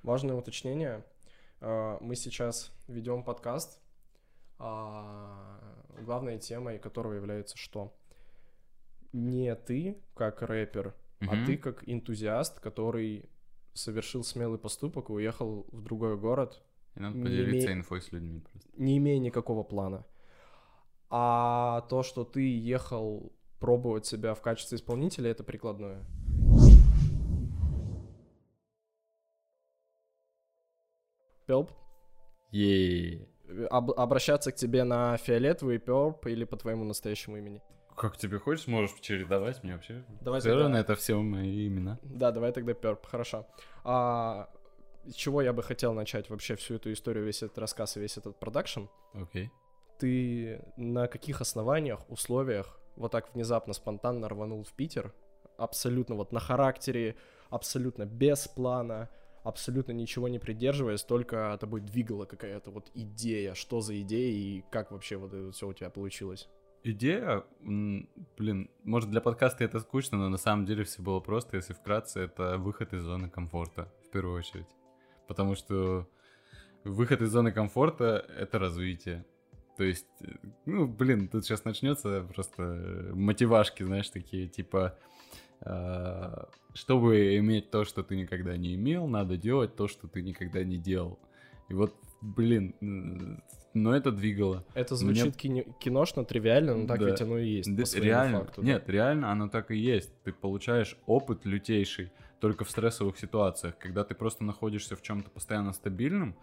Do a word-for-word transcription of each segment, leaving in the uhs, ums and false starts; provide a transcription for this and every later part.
Важное уточнение. Мы сейчас ведем подкаст, главной темой которого является что? Не ты как рэпер, Мгм. а ты как энтузиаст, который совершил смелый поступок и уехал в другой город, И надо не поделиться име- инфой с людьми просто. не имея никакого плана. А то, что ты ехал пробовать себя в качестве исполнителя, это прикладное. Пелп, Ей. об- обращаться к тебе на фиолетовый, Пелп или по твоему настоящему имени? Как тебе хочешь, можешь чередовать мне вообще. Давай Все тогда- равно это все мои имена. Да, давай тогда Перп, хорошо. А, с чего я бы хотел начать вообще всю эту историю, весь этот рассказ и весь этот продакшн? Окей. Ты на каких основаниях, условиях вот так внезапно, спонтанно рванул в Питер? Абсолютно вот на характере, абсолютно без плана, абсолютно ничего не придерживаясь, только тобой двигала какая-то вот идея. Что за идея и как вообще вот это все у тебя получилось? Идея, м, блин, может для подкаста это скучно, но на самом деле все было просто, если вкратце, это выход из зоны комфорта, в первую очередь. Потому что выход из зоны комфорта — это развитие. То есть, э, ну, блин, тут сейчас начнется просто мотивашки, знаешь, такие, типа, э, чтобы иметь то, что ты никогда не имел, надо делать то, что ты никогда не делал. И вот, блин, м, но это двигало. Это звучит кино- киношно, тривиально, но так Да. ведь оно и есть, Да, по своему реально, факту. да. нет, реально оно так и есть. Ты получаешь опыт лютейший только в стрессовых ситуациях. Когда ты просто находишься в чем-то постоянно стабильном,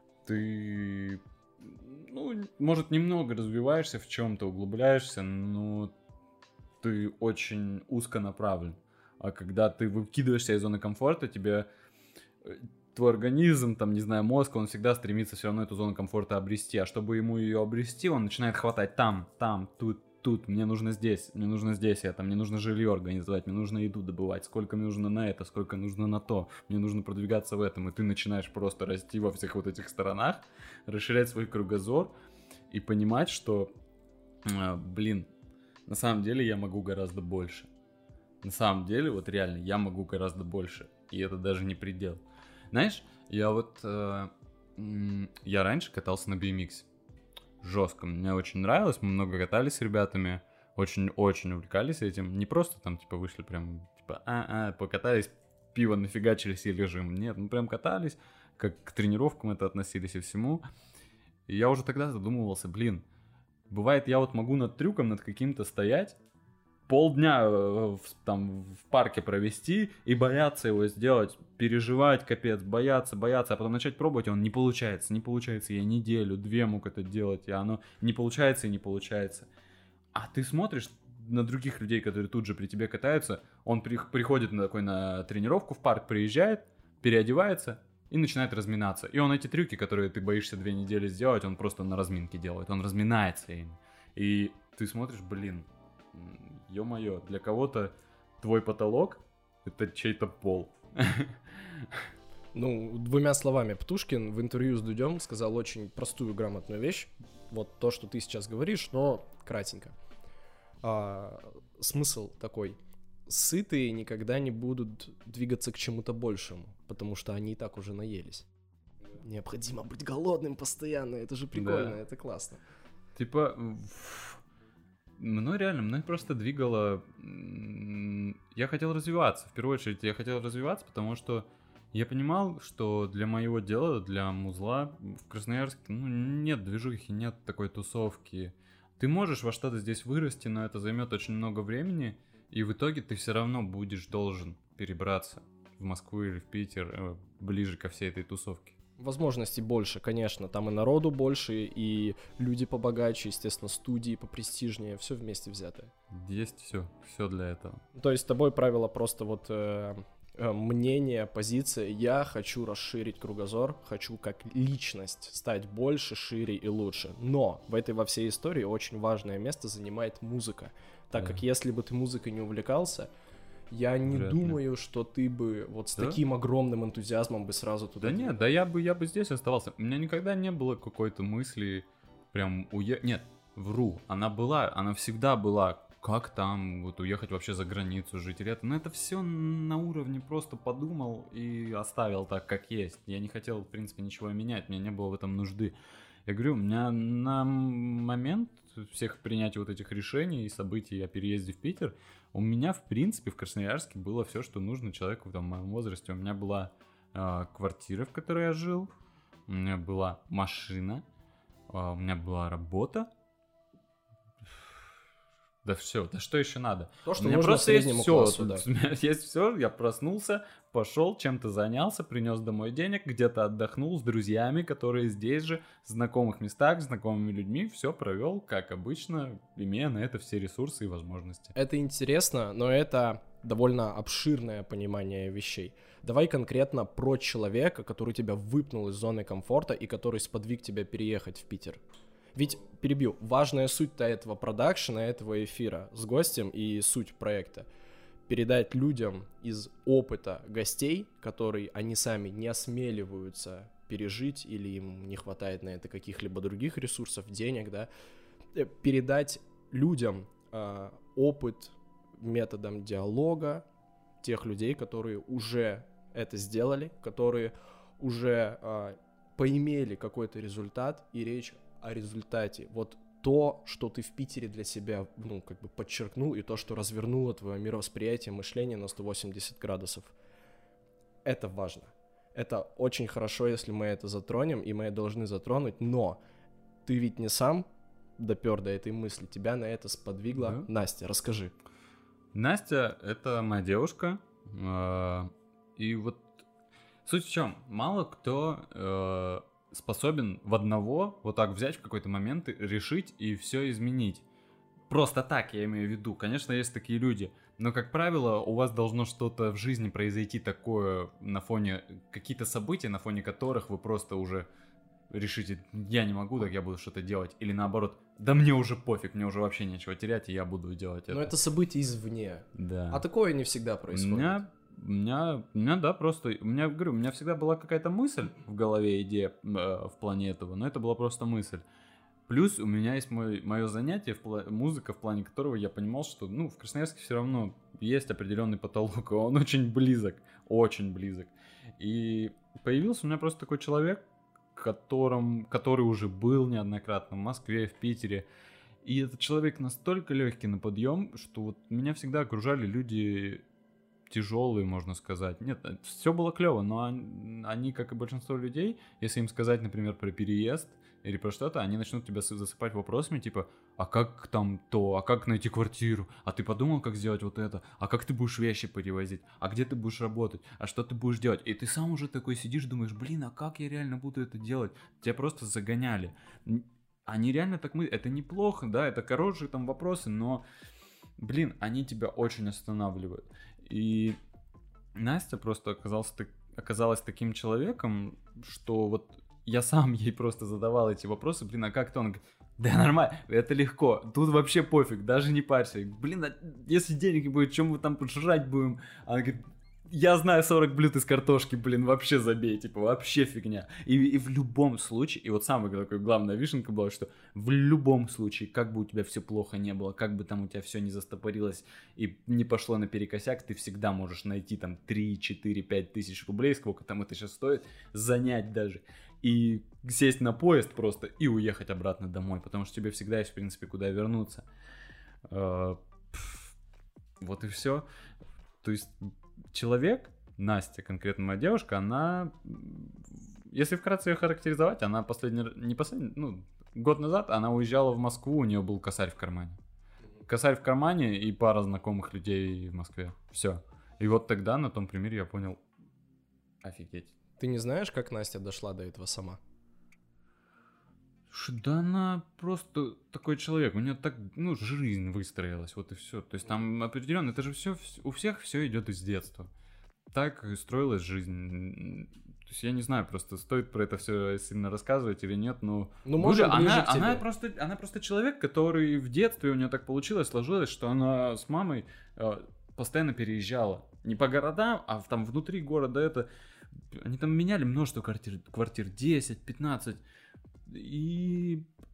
ты, ну, может, немного развиваешься в чем-то, углубляешься, но ты очень узко направлен. А когда ты выкидываешься из зоны комфорта, тебе э, твой организм, там, не знаю, мозг, он всегда стремится все равно эту зону комфорта обрести. А чтобы ему ее обрести, он начинает хватать там, там, тут, тут. Мне нужно здесь, мне нужно здесь это, мне нужно жилье организовать, мне нужно еду добывать, сколько мне нужно на это, сколько нужно на то. Мне нужно продвигаться в этом. И ты начинаешь просто расти во всех вот этих сторонах, расширять свой кругозор и понимать, что, э, блин, на самом деле я могу гораздо больше. На самом деле, вот реально, я могу гораздо больше. И это даже не предел. Знаешь, я вот... э, м, я раньше катался на би эм икс. Жестко. Мне очень нравилось. Мы много катались с ребятами. Очень-очень увлекались этим. Не просто там, типа, вышли прям, типа, а-а, покатались, пиво нафигачились и лежим. Нет, мы прям катались. Как к тренировкам это относились и всему. И я уже тогда задумывался, блин, бывает, я вот могу над трюком, над каким-то стоять, полдня э, в, там в парке провести и бояться его сделать, переживать, капец, бояться, бояться, а потом начать пробовать, и он не получается, не получается. Я неделю, две мог это делать, и оно не получается и не получается. А ты смотришь на других людей, которые тут же при тебе катаются, он при, приходит на такой на тренировку в парк, приезжает, переодевается и начинает разминаться. И он эти трюки, которые ты боишься две недели сделать, он просто на разминке делает, он разминается ими. И ты смотришь, блин, ё-моё, для кого-то твой потолок — это чей-то пол. Ну, двумя словами, Птушкин в интервью с Дудем сказал очень простую грамотную вещь. Вот то, что ты сейчас говоришь, но кратенько. А, смысл такой. Сытые никогда не будут двигаться к чему-то большему, потому что они и так уже наелись. Необходимо быть голодным постоянно, это же прикольно, Да. это классно. Типа, в- мной реально, мной просто двигало... м, Я хотел развиваться. В первую очередь я хотел развиваться, потому что я понимал, что для моего дела, для музла в Красноярске, ну, нет движухи, нет такой тусовки. Ты можешь во что-то здесь вырасти, но это займет очень много времени, и в итоге ты все равно будешь должен перебраться в Москву или в Питер, э, ближе ко всей этой тусовке. Возможностей больше, конечно, там и народу больше, и люди побогаче, естественно, студии попрестижнее, все вместе взятое. Есть все, все для этого. То есть с тобой правило просто вот э, э, мнение, позиция. Я хочу расширить кругозор, хочу как личность стать больше, шире и лучше. Но в этой во всей истории очень важное место занимает музыка. Так Да. как если бы ты музыкой не увлекался, я не Вряд ли. думаю, что ты бы вот с Да? таким огромным энтузиазмом бы сразу туда... Да нет, двинулся. да я бы, я бы здесь оставался. У меня никогда не было какой-то мысли прям уе... Нет, вру, она была, она всегда была как там вот уехать вообще за границу жить или это. Но это все на уровне просто подумал и оставил так, как есть. Я не хотел, в принципе, ничего менять, мне не было в этом нужды. Я говорю, у меня на момент всех принятия вот этих решений и событий о переезде в Питер, у меня, в принципе, в Красноярске было все, что нужно человеку там, в моем возрасте. У меня была э, квартира, в которой я жил, у меня была машина, э, у меня была работа. Да все, да что еще надо? То, что у меня нужно просто есть среднему все, классу, да. у меня есть все, я проснулся, пошел, чем-то занялся, принес домой денег, где-то отдохнул с друзьями, которые здесь же, в знакомых местах, с знакомыми людьми, все провел, как обычно, имея на это все ресурсы и возможности. Это интересно, но это довольно обширное понимание вещей. Давай конкретно про человека, который тебя выпнул из зоны комфорта и который сподвиг тебя переехать в Питер. Ведь, перебью, важная суть-то этого продакшена, этого эфира с гостем и суть проекта — передать людям из опыта гостей, который они сами не осмеливаются пережить или им не хватает на это каких-либо других ресурсов, денег, да, передать людям э, опыт методом диалога тех людей, которые уже это сделали, которые уже э, поимели какой-то результат, и речь о результате. Вот то, что ты в Питере для себя, ну, как бы подчеркнул, и то, что развернуло твое мировосприятие, мышление на сто восемьдесят градусов. Это важно. Это очень хорошо, если мы это затронем, и мы это должны затронуть, но ты ведь не сам допер до этой мысли, тебя на это сподвигла да. Настя. Расскажи. Настя — это моя девушка, и вот суть в чем? Мало кто способен в одного вот так взять в какой-то момент, решить и все изменить. Просто так я имею в виду. Конечно, есть такие люди, но, как правило, у вас должно что-то в жизни произойти такое на фоне, какие-то события, на фоне которых вы просто уже решите, я не могу, так я буду что-то делать. Или наоборот, да мне уже пофиг, мне уже вообще нечего терять, и я буду делать это. Но это события извне. Да. А такое не всегда происходит. У меня... У меня, у меня, да, просто, у меня, говорю, у меня всегда была какая-то мысль в голове, идея э, в плане этого, но это была просто мысль. Плюс у меня есть мой, мое занятие, в пла- музыка, в плане которого я понимал, что, ну, в Красноярске все равно есть определенный потолок, он очень близок, очень близок. И появился у меня просто такой человек, которым, который уже был неоднократно в Москве, в Питере. И этот человек настолько легкий на подъем, что вот меня всегда окружали люди... тяжелые, можно сказать. Нет, все было клево, но они, как и большинство людей, если им сказать, например, про переезд или про что-то, они начнут тебя засыпать вопросами, типа, а как там то, а как найти квартиру, а ты подумал, как сделать вот это, а как ты будешь вещи перевозить, а где ты будешь работать, а что ты будешь делать? И ты сам уже такой сидишь, думаешь, блин, а как я реально буду это делать? Тебя просто загоняли. Они реально так мы... Это неплохо, да, это хорошие там вопросы, но, блин, они тебя очень останавливают. И Настя просто оказалась, оказалась таким человеком, что вот я сам ей просто задавал эти вопросы, блин, а как то? Он говорит, да нормально, это легко, тут вообще пофиг, даже не парься. Блин, а если денег не будет, чем мы там пожрать будем? Она говорит, я знаю сорок блюд из картошки, блин, вообще забей, типа, вообще фигня. И, и в любом случае, и вот самая такая главная вишенка была, что в любом случае, как бы у тебя все плохо не было, как бы там у тебя все не застопорилось и не пошло наперекосяк, ты всегда можешь найти там три, четыре, пять тысяч рублей, сколько там это сейчас стоит, занять даже, и сесть на поезд просто и уехать обратно домой, потому что тебе всегда есть, в принципе, куда вернуться. Вот и все. То есть... Человек, Настя, конкретно моя девушка, она, если вкратце ее характеризовать, она последний, не последний, ну, год назад она уезжала в Москву, у нее был косарь в кармане. Косарь в кармане и пара знакомых людей в Москве. Все. И вот тогда на том примере я понял, офигеть. Ты не знаешь, как Настя дошла до этого сама? Да она просто такой человек, у нее так, ну, жизнь выстроилась, вот и все. То есть там определенно, это же все, у всех все идет из детства. Так и строилась жизнь. То есть я не знаю, просто стоит про это все сильно рассказывать или нет, но... Ну, может, она, она, просто, она просто человек, который в детстве у нее так получилось, сложилось, что она с мамой э, постоянно переезжала. Не по городам, а там внутри города это... Они там меняли множество квартир, квартир десять, пятнадцать... И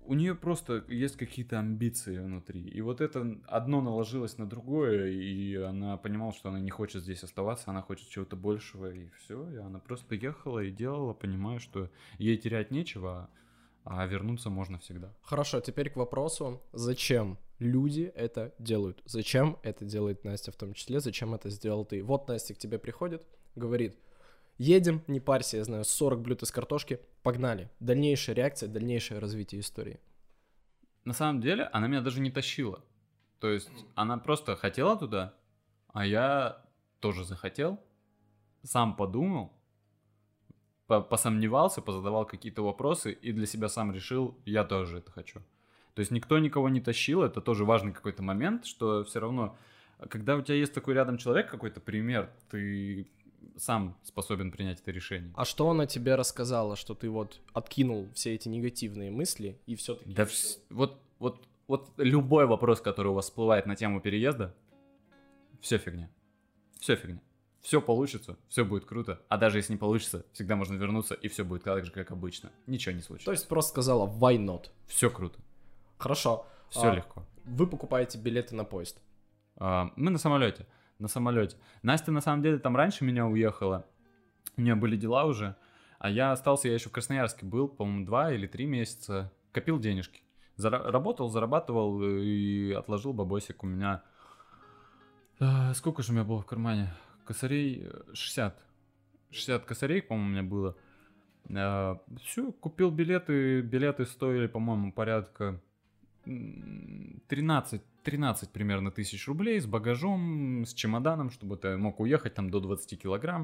у нее просто есть какие-то амбиции внутри. И вот это одно наложилось на другое, и она понимала, что она не хочет здесь оставаться, она хочет чего-то большего, и все. И она просто ехала и делала, понимая, что ей терять нечего, а вернуться можно всегда. Хорошо, теперь к вопросу, зачем люди это делают? Зачем это делает Настя в том числе? Зачем это сделал ты? Вот Настя к тебе приходит, говорит: едем, не парься, я знаю, сорок блюд из картошки, погнали. Дальнейшая реакция, дальнейшее развитие истории. На самом деле, она меня даже не тащила. То есть, она просто хотела туда, а я тоже захотел, сам подумал, по- посомневался, позадавал какие-то вопросы и для себя сам решил, я тоже это хочу. То есть, никто никого не тащил, это тоже важный какой-то момент, что все равно, когда у тебя есть такой рядом человек, какой-то пример, ты сам способен принять это решение. А что она тебе рассказала, что ты вот откинул все эти негативные мысли и все-таки... Да вс- вот, вот, вот любой вопрос, который у вас всплывает на тему переезда, все фигня. Все фигня. Все получится, все будет круто. А даже если не получится, всегда можно вернуться, и все будет так же, как обычно. Ничего не случится. То есть просто сказала why not? Все круто. Хорошо. Все А, легко. Вы покупаете билеты на поезд. А, мы на самолете. На самолете. Настя, на самом деле, там раньше меня уехала. У нее были дела уже. А я остался, я еще в Красноярске был, по-моему, два или три месяца. Копил денежки. Зара- работал, зарабатывал и отложил бабосик. У меня... а, сколько же у меня было в кармане? Косарей шестьдесят. шестьдесят косарей, по-моему, у меня было. А, все, купил билеты. Билеты стоили, по-моему, порядка тринадцать, тринадцать примерно тысяч рублей с багажом, с чемоданом, чтобы ты мог уехать там до двадцать килограмм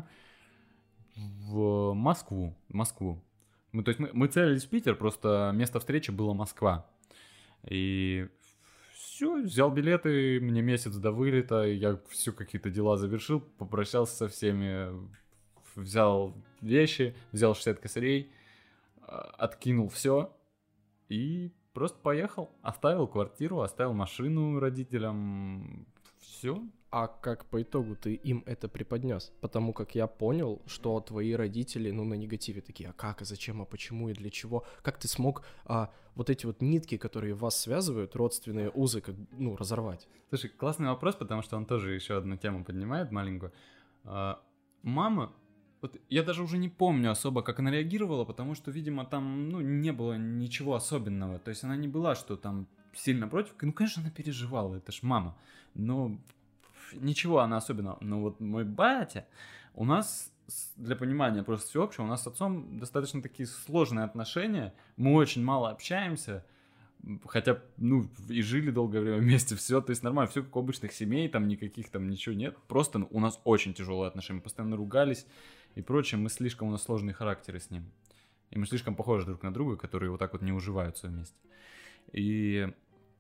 в Москву. Москву. Мы, то есть мы, мы целились в Питер, просто место встречи было Москва. И все, взял билеты, мне месяц до вылета, я все какие-то дела завершил, попрощался со всеми, взял вещи, взял шестьдесят косарей, откинул все и просто поехал. Оставил квартиру, оставил машину родителям, все. А как по итогу ты им это преподнес? Потому как я понял, что твои родители, ну, на негативе такие: а как, а зачем, а почему и для чего? Как ты смог а, вот эти вот нитки, которые вас связывают, родственные узы, как, ну, разорвать? Слушай, классный вопрос, потому что он тоже еще одну тему поднимает маленькую. А, мама, вот я даже уже не помню особо, как она реагировала, потому что, видимо, там, ну, не было ничего особенного. То есть она не была, что там сильно против. Ну, конечно, она переживала, это ж мама. Но ничего она особенного. Но вот мой батя, у нас, для понимания просто всеобщего, у нас с отцом достаточно такие сложные отношения. Мы очень мало общаемся. Хотя, ну, и жили долгое время вместе, все, то есть нормально, все как у обычных семей, там никаких там ничего нет. Просто у нас очень тяжелые отношения, мы постоянно ругались и прочее, мы слишком, у нас сложные характеры с ним. И мы слишком похожи друг на друга, которые вот так вот не уживаются вместе. И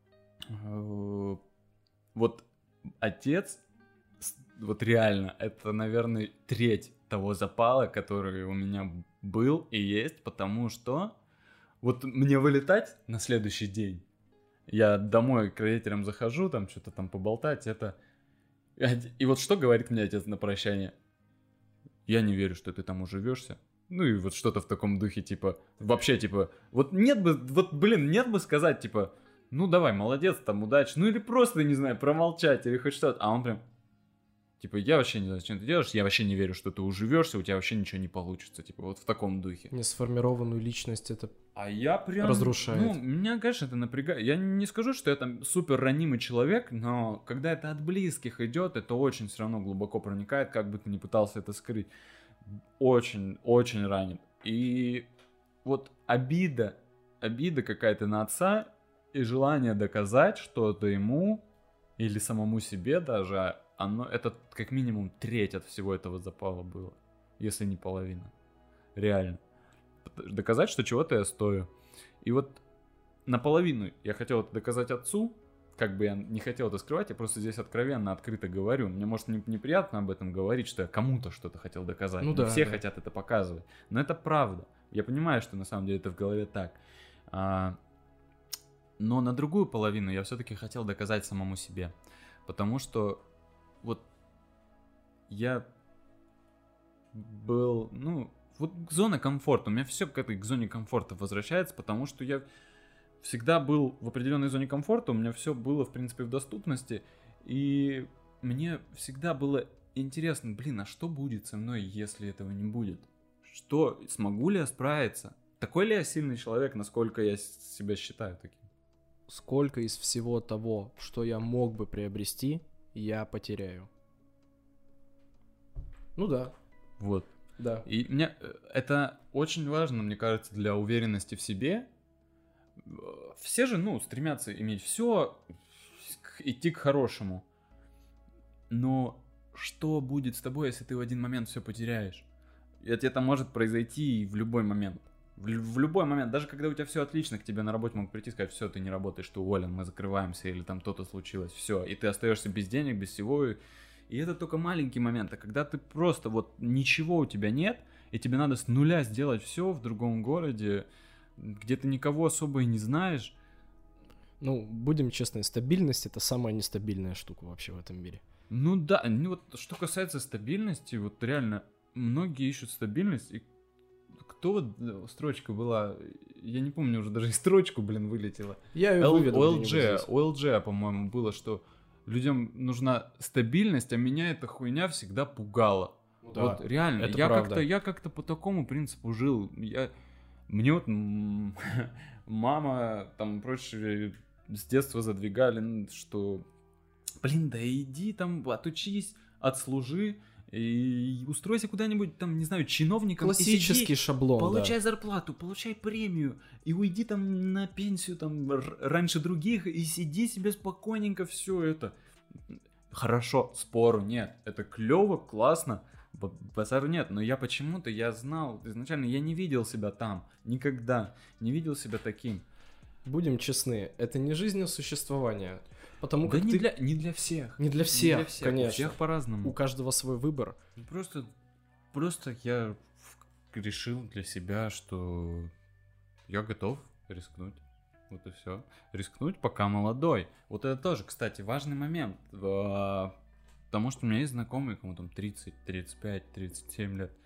э, вот отец, вот реально, это, наверное, треть того запала, который у меня был и есть, потому что вот мне вылетать на следующий день, я домой к родителям захожу, там что-то там поболтать, это... И вот что говорит мне отец на прощание? Я не верю, что ты там уживешься. Ну и вот что-то в таком духе, типа, вообще, типа, вот нет бы, вот, блин, нет бы сказать, типа, ну давай, молодец, там, удачи, ну или просто, не знаю, промолчать или хоть что-то. А он прям, типа, я вообще не знаю, зачем ты делаешь, я вообще не верю, что ты уживешься, у тебя вообще ничего не получится, типа, вот в таком духе. Несформированную личность это А я прям... разрушает. Ну, меня, конечно, это напрягает. Я не скажу, что я там супер ранимый человек, но когда это от близких идет, это очень все равно глубоко проникает, как бы ты ни пытался это скрыть. Очень, очень ранит. И вот обида, обида какая-то на отца и желание доказать что-то ему или самому себе даже, оно, это как минимум треть от всего этого запала было, если не половина. Реально. Доказать, что чего-то я стою. И вот наполовину я хотел это доказать отцу, как бы я не хотел это скрывать, я просто здесь откровенно, открыто говорю. Мне, может, не, неприятно об этом говорить, что я кому-то что-то хотел доказать. Ну Не да, все да. хотят это показывать. Но это правда. Я понимаю, что на самом деле это в голове так. А, но на другую половину я все-таки хотел доказать самому себе. Потому что вот я был, ну... Вот зона комфорта. У меня все к этой к зоне комфорта возвращается, потому что я всегда был в определенной зоне комфорта, у меня все было, в принципе, в доступности, и мне всегда было интересно, блин, а что будет со мной, если этого не будет? Что, смогу ли я справиться? Такой ли я сильный человек, насколько я себя считаю таким? Сколько из всего того, что я мог бы приобрести, я потеряю? Ну да. Вот. Да. И мне это очень важно, мне кажется, для уверенности в себе. Все же, ну, стремятся иметь все, идти к хорошему. Но что будет с тобой, если ты в один момент все потеряешь? Это, это может произойти в любой момент. В, в любой момент, даже когда у тебя все отлично, к тебе на работе могут прийти и сказать, все, ты не работаешь, ты уволен, мы закрываемся, или там то-то случилось, все, и ты остаешься без денег, без всего. И, и это только маленький момент, а когда ты просто вот ничего у тебя нет, и тебе надо с нуля сделать все в другом городе, где ты никого особо и не знаешь. Ну, будем честны, стабильность — это самая нестабильная штука вообще в этом мире. Ну да, ну вот что касается стабильности, вот реально многие ищут стабильность, и кто вот строчка была, я не помню, уже даже и строчку, блин, вылетела. Я ее L- выведу о эл джи, где-нибудь здесь. о эл джи, по-моему, было, что людям нужна стабильность, а меня эта хуйня всегда пугала. Да, вот реально, это я правда. как-то, я как-то по такому принципу жил. Я, мне вот м, мама там прочее с детства задвигали, что, блин, да иди там, отучись, отслужи, и устройся куда-нибудь, там, не знаю, чиновником. Классический и сиди, шаблон, получай да. зарплату, получай премию, и уйди там на пенсию там р- раньше других, и сиди себе спокойненько, все это. Хорошо, спору нет, это клево, классно, б- базару нет, но я почему-то, я знал, изначально я не видел себя там, никогда, не видел себя таким. Будем честны, это не жизнь, а существование. Потому Да как не, ты... для, не для всех. Не для всех, Не для всех, конечно. У всех по-разному. У каждого свой выбор. Просто, просто я решил для себя, что я готов рискнуть. Вот и все. Рискнуть, пока молодой. Вот это тоже, кстати, важный момент. Потому что у меня есть знакомые, кому там тридцать, тридцать пять, тридцать семь лет.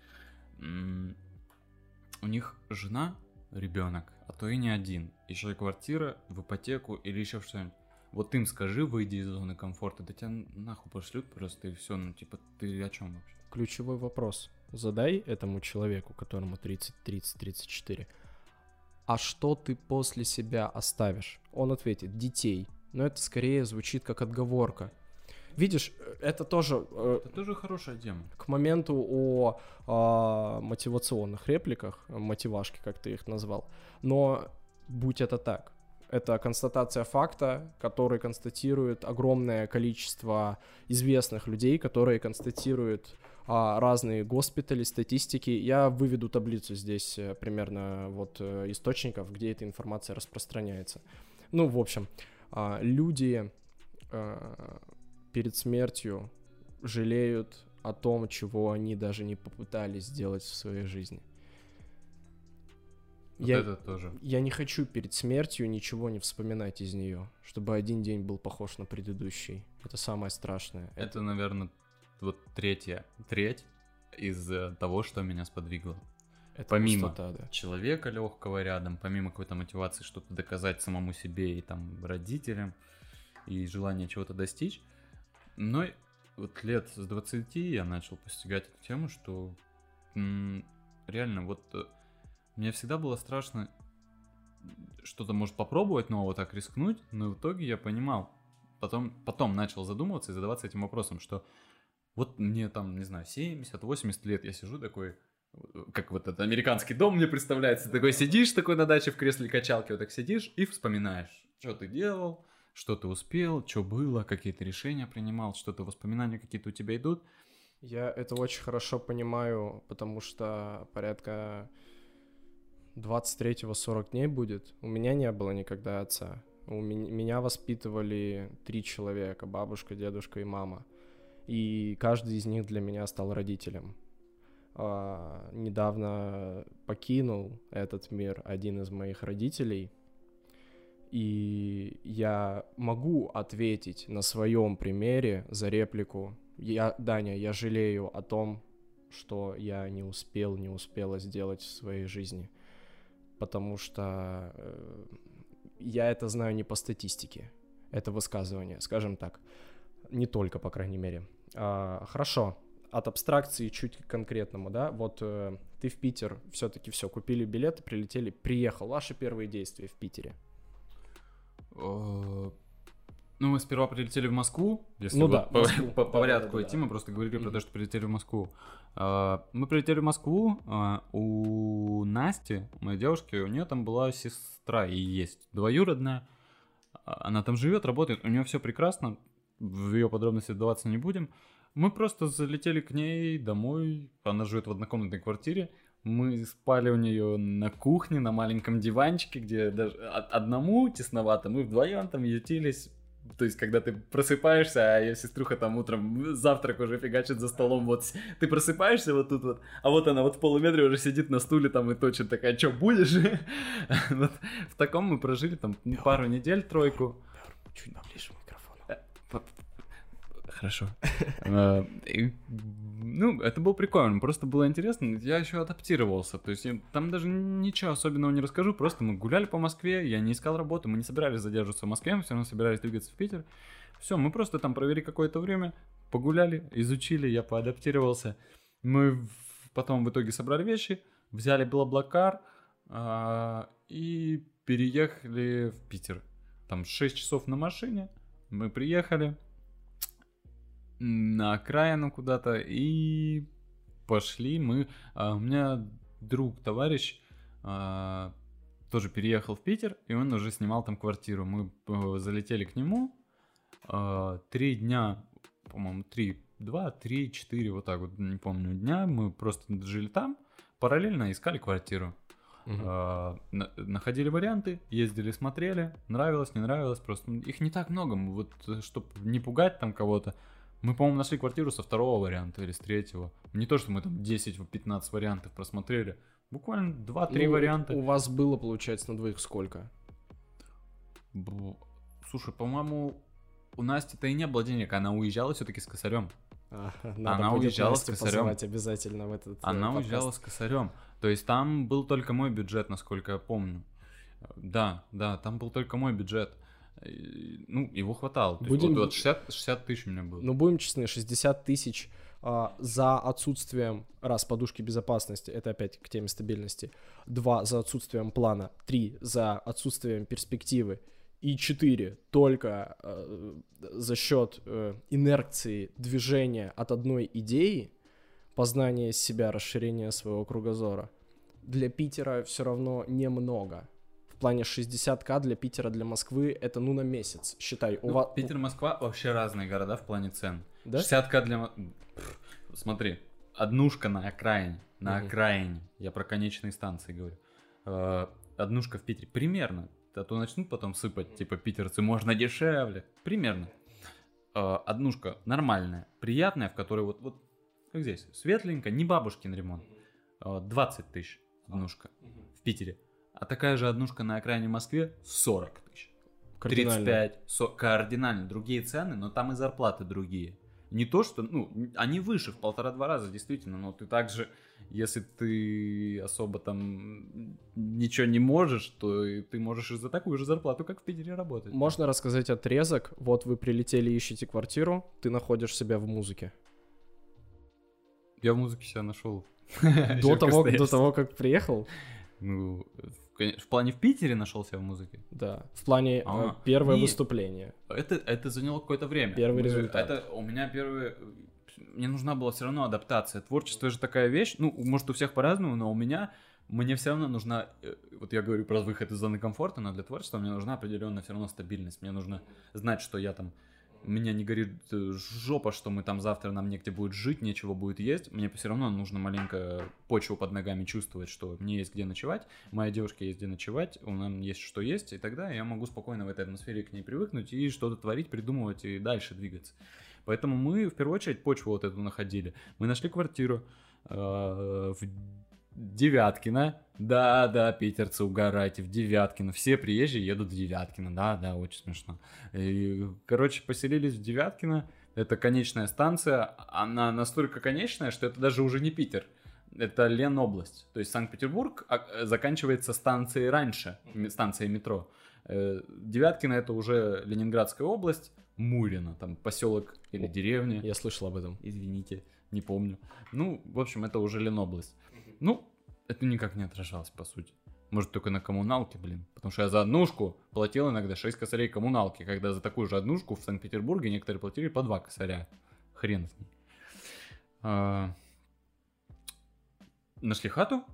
У них жена, ребенок, а то и не один. Еще и квартира в ипотеку или еще что-нибудь. Вот им скажи, выйди из зоны комфорта, да тебя нахуй пошлют просто и все. Ну типа, ты о чем вообще? Ключевой вопрос. Задай этому человеку, которому тридцать, тридцать, тридцать четыре. А что ты после себя оставишь? Он ответит: детей. Но это скорее звучит как отговорка. Видишь, это тоже... Э, это тоже хорошая тема. К моменту о, о мотивационных репликах, мотивашки, как ты их назвал. Но будь это так. Это констатация факта, который констатирует огромное количество известных людей, которые констатируют а, разные госпитали, статистики. Я выведу таблицу здесь примерно вот источников, где эта информация распространяется. Ну, в общем, а, люди а, перед смертью жалеют о том, чего они даже не попытались сделать в своей жизни. Вот я, это тоже. Я не хочу перед смертью ничего не вспоминать из нее, чтобы один день был похож на предыдущий. Это самое страшное. Это, это... наверное, вот третья треть из того, что меня сподвигло. Это помимо пустота, да. человека легкого рядом, помимо какой-то мотивации что-то доказать самому себе и там родителям, и желания чего-то достичь. Но вот лет с двадцати я начал постигать эту тему, что м- реально вот мне всегда было страшно что-то, может, попробовать нового, так рискнуть, но в итоге я понимал, потом, потом начал задумываться и задаваться этим вопросом, что вот мне там, не знаю, семьдесят-восемьдесят лет, я сижу такой, как вот этот американский дом мне представляется, ты такой сидишь такой на даче в кресле качалки, вот так сидишь и вспоминаешь, что ты делал, что ты успел, что было, какие ты решения принимал, что-то воспоминания какие-то у тебя идут. Я это очень хорошо понимаю, потому что порядка двадцать третьего сорок дней будет. У меня не было никогда отца. У меня, меня воспитывали три человека: бабушка, дедушка и мама. И каждый из них для меня стал родителем. А, недавно покинул этот мир один из моих родителей. И я могу ответить на своем примере за реплику: я, Даня, я жалею о том, что я не успел, не успела сделать в своей жизни. Потому что э, я это знаю не по статистике. Это высказывание, скажем так. Не только, по крайней мере. А, хорошо. От абстракции чуть к конкретному, да? Вот э, ты в Питер все-таки все, купили билеты, прилетели, приехал. Ваши первые действия в Питере? Ну, мы сперва прилетели в Москву, если ну, вот да, по, Москву. по, по порядку да, да, идти, да. мы просто говорили Mm-hmm. про то, что прилетели в Москву. Мы прилетели в Москву, у Насти, моей девушки, у нее там была сестра и есть двоюродная. Она там живет, работает, у нее все прекрасно, в ее подробности вдаваться не будем. Мы просто залетели к ней домой, она живет в однокомнатной квартире. Мы спали у нее на кухне, на маленьком диванчике, где даже одному тесновато, мы вдвоем там ютились. То есть, когда ты просыпаешься, а ее сеструха там утром завтрак уже фигачит за столом, вот ты просыпаешься вот тут вот, а вот она вот в полуметре уже сидит на стуле там и точит, такая, что будешь? Вот в таком мы прожили там пару недель, тройку. Чуть поближе к микрофону. Хорошо. Ну, это было прикольно, просто было интересно. Я еще адаптировался, то есть там даже ничего особенного не расскажу, просто мы гуляли по Москве, я не искал работу, мы не собирались задерживаться в Москве, мы все равно собирались двигаться в Питер. Все, мы просто там провели какое-то время, погуляли, изучили, я поадаптировался. Мы потом в итоге собрали вещи, взяли Блаблакар и переехали в Питер. Там шесть часов на машине, мы приехали на окраину куда-то и пошли мы. А, у меня друг, товарищ а, тоже переехал в Питер, и он уже снимал там квартиру. Мы а, залетели к нему. А, три дня, по-моему, три, два, три, четыре, вот так вот, не помню, дня. Мы просто жили там, параллельно искали квартиру. Uh-huh. А, на- находили варианты, ездили, смотрели, нравилось, не нравилось, просто их не так много, вот, чтобы не пугать там кого-то. Мы, по-моему, нашли квартиру со второго варианта или с третьего. Не то, что мы там десять-пятнадцать вариантов просмотрели. Буквально два-три ну, варианта. У вас было, получается, на двоих сколько? Б... Слушай, по-моему, у Насти-то и не было денег. Она уезжала все-таки с косарем. А, надо Она будет уезжала Настю с косарем. позывать обязательно в этот Она э, уезжала с косарем. То есть там был только мой бюджет, насколько я помню. Да, да, там был только мой бюджет. Ну, его хватало. То Будем... есть, вот, вот шестьдесят, шестьдесят тысяч у меня было. Ну, будем честны, шестьдесят тысяч а, за отсутствием, раз, подушки безопасности, это опять к теме стабильности, два, за отсутствием плана, три, за отсутствием перспективы, и четыре, только а, за счет а, инерции движения от одной идеи, познания себя, расширения своего кругозора. Для Питера все равно немного. В плане шестьдесят тысяч для Питера, для Москвы это ну на месяц, считай. У Ну, вас... Питер и Москва вообще разные города в плане цен. Да? шестьдесят тысяч для... Пфф, смотри, однушка на окраине, на Мгм. окраине, я про конечные станции говорю. Э, однушка в Питере, примерно, а то начнут потом сыпать, типа, питерцы, можно дешевле. Примерно. Э, однушка нормальная, приятная, в которой вот, вот как здесь, светленько, не бабушкин ремонт. Э, двадцать тысяч однушка в Питере. А такая же однушка на окраине в Москве сорок тысяч. тридцать пять, со, кардинально другие цены, но там и зарплаты другие. Не то, что, ну, они выше в полтора-два раза, действительно, но ты также, если ты особо там ничего не можешь, то и ты можешь и за такую же зарплату, как в Питере, работать. Можно рассказать отрезок? Вот вы прилетели, ищете квартиру, ты находишь себя в музыке. Я в музыке себя нашел. До того, до того, как приехал? Ну, в, кон- в плане в Питере нашел себя в музыке. Да. В плане А, э, первое не. выступление. Это, это заняло какое-то время. Первый Мы- результат. Это у меня первый... Мне нужна была все равно адаптация. Творчество же такая вещь. Ну, может, у всех по-разному, но у меня... Мне все равно нужна... э, Вот я говорю про выход из зоны комфорта, но для творчества мне нужна определенная все равно стабильность. Мне нужно знать, что я там... Меня не горит э, жопа, что мы там завтра нам негде будет жить, нечего будет есть. Мне все равно нужно маленько почву под ногами чувствовать, что мне есть где ночевать, моей девушке есть где ночевать, у нас есть что есть, и тогда я могу спокойно в этой атмосфере к ней привыкнуть и что-то творить, придумывать и дальше двигаться. Поэтому мы в первую очередь почву вот эту находили. Мы нашли квартиру э, в Девяткино. Да, да, питерцы, угорайте, в Девяткино. Все приезжие едут в Девяткино. Да, да, очень смешно. И, короче, поселились в Девяткино. Это конечная станция. Она настолько конечная, что это даже уже не Питер. это Ленобласть. То есть Санкт-Петербург заканчивается станцией раньше, станцией метро. Девяткино — это уже Ленинградская область, Мурино, там поселок или деревня. Я слышал об этом. Извините, не помню. Ну, в общем, это уже Ленобласть. Ну, это никак не отражалось, по сути. Может, только на коммуналке, блин. Потому что я за однушку платил иногда шесть косарей коммуналки, когда за такую же однушку в Санкт-Петербурге некоторые платили по два косаря. Хрен с ней. А... Нашли хату,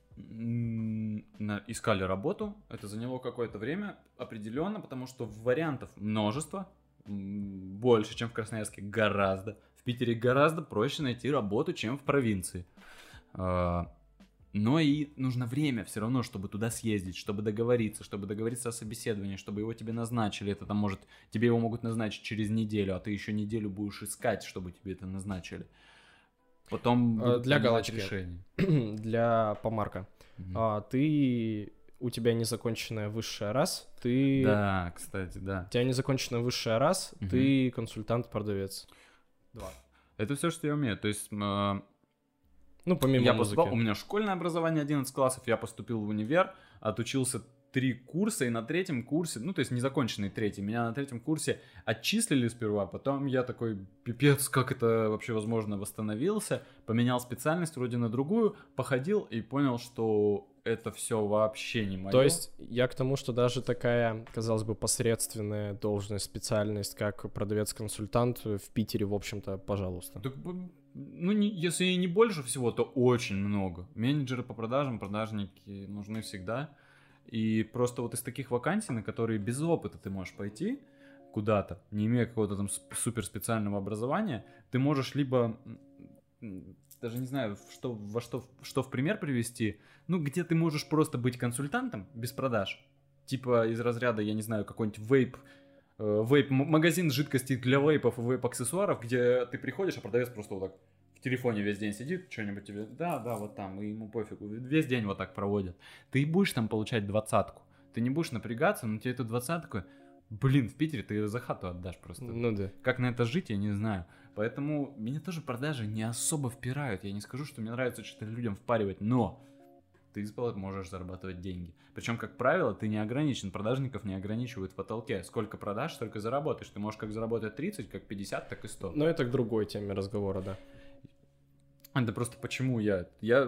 искали работу. Это заняло какое-то время определенно, потому что вариантов множество. Больше, чем в Красноярске, гораздо. В Питере гораздо проще найти работу, чем в провинции. Но и нужно время все равно, чтобы туда съездить, чтобы договориться, чтобы договориться о собеседовании, чтобы его тебе назначили. Это там может, тебе его могут назначить через неделю, а ты еще неделю будешь искать, чтобы тебе это назначили. Потом для галочки, решение. Для помарка. Mm-hmm. А, ты, у тебя незаконченная высшая раз, ты... Да, кстати, да. У тебя незаконченная высшая раз, mm-hmm. ты консультант-продавец. Два. Это все, что я умею. То есть... Э... Ну, помимо я музыки. Поступал, у меня школьное образование одиннадцать классов, я поступил в универ, отучился три курса, и на третьем курсе, ну, то есть незаконченный третий, меня на третьем курсе отчислили сперва, потом я такой, пипец, как это вообще возможно, восстановился, поменял специальность вроде на другую, походил и понял, что это все вообще не мое. То есть я к тому, что даже такая, казалось бы, посредственная должность, специальность, как продавец-консультант в Питере, в общем-то, пожалуйста. Так, ну, не, если и не больше всего, то очень много. Менеджеры по продажам, продажники нужны всегда. И просто вот из таких вакансий, на которые без опыта ты можешь пойти куда-то, не имея какого-то там суперспециального образования, ты можешь либо, даже не знаю, что, во что, что в пример привести, ну, где ты можешь просто быть консультантом без продаж, типа из разряда, я не знаю, какой-нибудь вейп, э, вейп, магазин жидкостей для вейпов и вейп-аксессуаров, где ты приходишь, а продавец просто вот так в телефоне весь день сидит, что-нибудь тебе, да, да, вот там, и ему пофигу, весь день вот так проводят. Ты будешь там получать двадцатку, ты не будешь напрягаться, но тебе эту двадцатку, блин, в Питере ты ее за хату отдашь просто. Ну да. Как на это жить, я не знаю. Поэтому меня тоже продажи не особо впирают. Я не скажу, что мне нравится что-то людям впаривать, но ты можешь зарабатывать деньги. Причем, как правило, ты не ограничен, продажников не ограничивают в потолке. Сколько продашь, столько заработаешь. Ты можешь как заработать тридцать, как пятьдесят, так и сто. Но это к другой теме разговора, да. Это просто почему я... Я...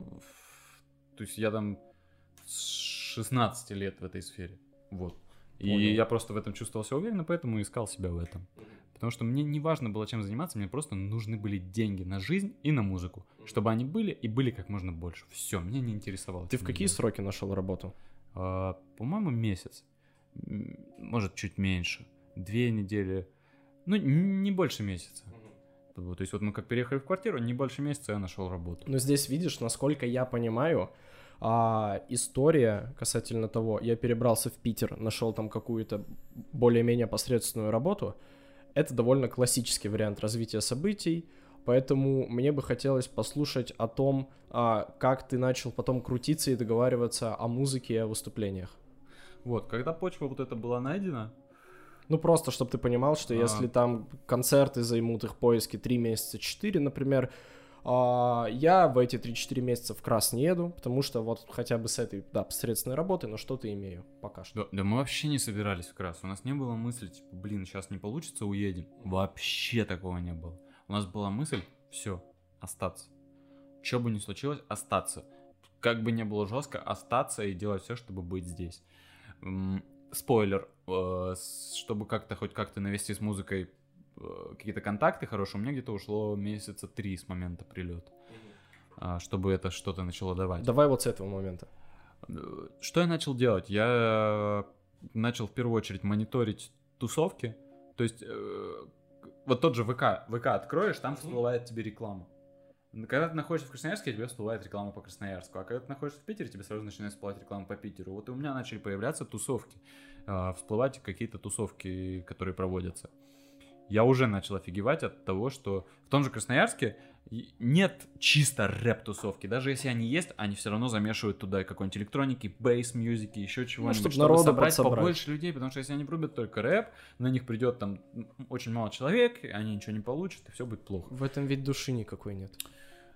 То есть я там с шестнадцати лет в этой сфере. Вот. И Понял. Я просто в этом чувствовал себя уверенно, поэтому искал себя в этом. Потому что мне не важно было чем заниматься, мне просто нужны были деньги на жизнь и на музыку. Чтобы они были и были как можно больше. Все, меня не интересовало. Ты в какие делать. Сроки нашел работу? А, по-моему, месяц. Может, чуть меньше. Две недели. Ну, не больше месяца. То есть вот мы как переехали в квартиру, не больше месяца я нашел работу. Но здесь видишь, насколько я понимаю, а, история касательно того, я перебрался в Питер, нашел там какую-то более-менее посредственную работу, это довольно классический вариант развития событий, поэтому мне бы хотелось послушать о том, а, как ты начал потом крутиться и договариваться о музыке и о выступлениях. Вот, когда почва вот эта была найдена, ну, просто, чтобы ты понимал, что А-а-а. если там концерты займут их поиски три месяца, четыре, например, я в эти три-четыре месяца в крас не еду, потому что вот хотя бы с этой, да, посредственной работы, но что-то имею пока что. Да, да мы вообще не собирались в крас, у нас не было мысли, типа, блин, сейчас не получится, уедем. Вообще такого не было. У нас была мысль, все, остаться. Что бы ни случилось, остаться. Как бы ни было жестко, остаться и делать все, чтобы быть здесь. Спойлер, чтобы как-то хоть как-то навести с музыкой какие-то контакты хорошие, у меня где-то ушло месяца три с момента прилета, mm-hmm. чтобы это что-то начало давать. Давай вот с этого момента. Что я начал делать? Я начал в первую очередь мониторить тусовки. То есть вот тот же ВК, ВК откроешь, там всплывает тебе реклама. Когда ты находишься в Красноярске, тебе всплывает реклама по Красноярску, а когда ты находишься в Питере, тебе сразу начинает всплывать реклама по Питеру. Вот и у меня начали появляться тусовки, всплывать какие-то тусовки, которые проводятся. Я уже начал офигевать от того, что в том же Красноярске нет чисто рэп-тусовки. Даже если они есть, они все равно замешивают туда какой-нибудь электроники, бейс-мьюзики, еще чего-нибудь, ну, чтобы, чтобы собрать подсобрать. Побольше людей, потому что если они врубят только рэп, на них придет там очень мало человек, они ничего не получат, и все будет плохо. В этом ведь души никакой нет.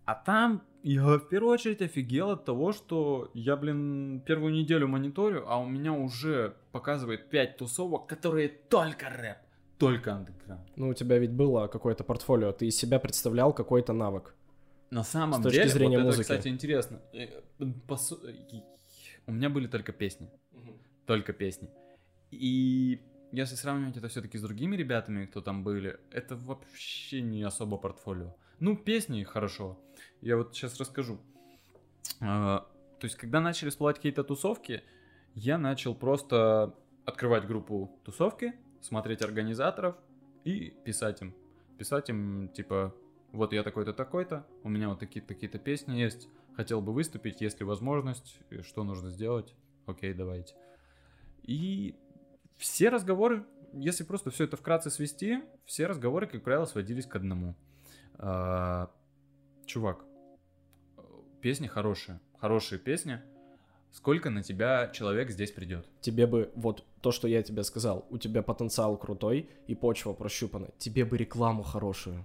А там я в первую очередь офигел от того, что я, блин, первую неделю мониторю, а у меня уже показывает пять тусовок, которые только рэп, только андеграунд. Ну, у тебя ведь было какое-то портфолио, ты из себя представлял какой-то навык. На самом С точки деле, зрения вот музыки. это, кстати, интересно. По су- У меня были только песни. Только песни. И если сравнивать это все-таки с другими ребятами, кто там были, это вообще не особо портфолио. Ну, песни хорошо. Я вот сейчас расскажу. А, то есть, когда начали всплывать какие-то тусовки, я начал просто открывать группу тусовки, смотреть организаторов и писать им. Писать им, типа, вот я такой-то, такой-то, у меня вот такие-то, такие-то песни есть, хотел бы выступить, есть ли возможность, что нужно сделать, окей, давайте. И все разговоры, если просто все это вкратце свести, все разговоры, как правило, сводились к одному. А, чувак, песни хорошие, хорошие песни. Сколько на тебя человек здесь придет? Тебе бы, вот то, что я тебе сказал, у тебя потенциал крутой и почва прощупана, тебе бы рекламу хорошую.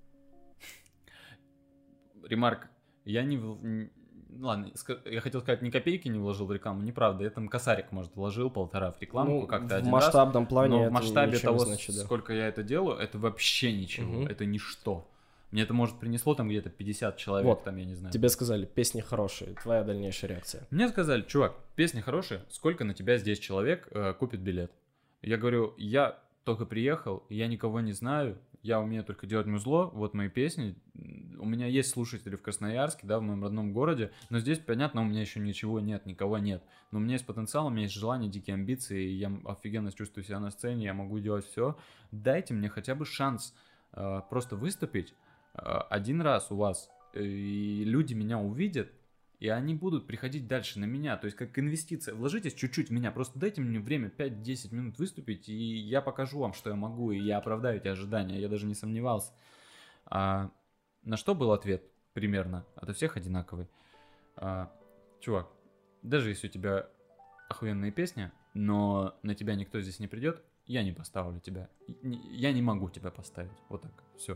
Ремарк, я не... в- Ладно, ска- я хотел сказать, ни копейки не вложил в рекламу, неправда, я там косарик, может, вложил полтора в рекламку Ну, как-то в один масштабном раз, плане но это в масштабе ничего не того, значит, да. сколько я это делаю, это вообще ничего, Мгм. это ничто. Мне это, может, принесло там где-то пятьдесят человек, Вот, там, я не знаю. Тебе сказали, песни хорошие, твоя дальнейшая реакция. Мне сказали, чувак, песни хорошие, сколько на тебя здесь человек э, купит билет? Я говорю, я только приехал, я никого не знаю, я умею только делать музло, вот мои песни. У меня есть слушатели в Красноярске, да, в моем родном городе, но здесь, понятно, у меня еще ничего нет, никого нет. Но у меня есть потенциал, у меня есть желание, дикие амбиции, и я офигенно чувствую себя на сцене, я могу делать все. Дайте мне хотя бы шанс э, просто выступить э, один раз у вас, и люди меня увидят, и они будут приходить дальше на меня, то есть как инвестиция. Вложитесь чуть-чуть в меня, просто дайте мне время пять-десять минут выступить, и я покажу вам, что я могу, и я оправдаю эти ожидания, я даже не сомневался. А, на что был ответ примерно? Ото всех одинаковый. А, чувак, даже если у тебя охуенные песни, но на тебя никто здесь не придет, я не поставлю тебя. Я не могу тебя поставить. Вот так, все.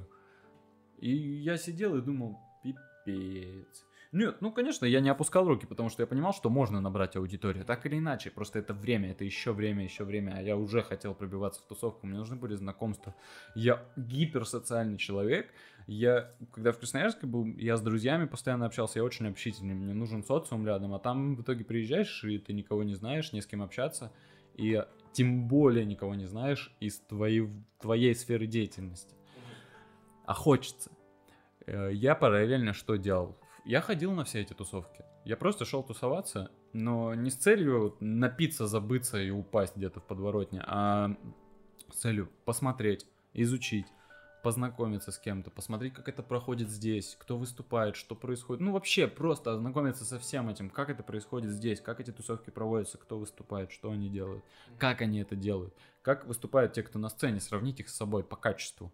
И я сидел и думал, пипец. Нет, ну, конечно, я не опускал руки, потому что я понимал, что можно набрать аудиторию, так или иначе, просто это время, это еще время, еще время, а я уже хотел пробиваться в тусовку, мне нужны были знакомства. Я гиперсоциальный человек, я, когда в Красноярске был, я с друзьями постоянно общался, я очень общительный, мне нужен социум рядом, а там в итоге приезжаешь, и ты никого не знаешь, не с кем общаться, и тем более никого не знаешь из твоей, твоей сферы деятельности. А хочется. Я параллельно что делал? Я ходил на все эти тусовки. Я просто шел тусоваться, но не с целью напиться, забыться и упасть где-то в подворотне, а с целью посмотреть, изучить, познакомиться с кем-то, посмотреть, как это проходит здесь, кто выступает, что происходит. Ну, вообще, просто ознакомиться со всем этим, как это происходит здесь, как эти тусовки проводятся, кто выступает, что они делают, как они это делают, как выступают те, кто на сцене, сравнить их с собой по качеству.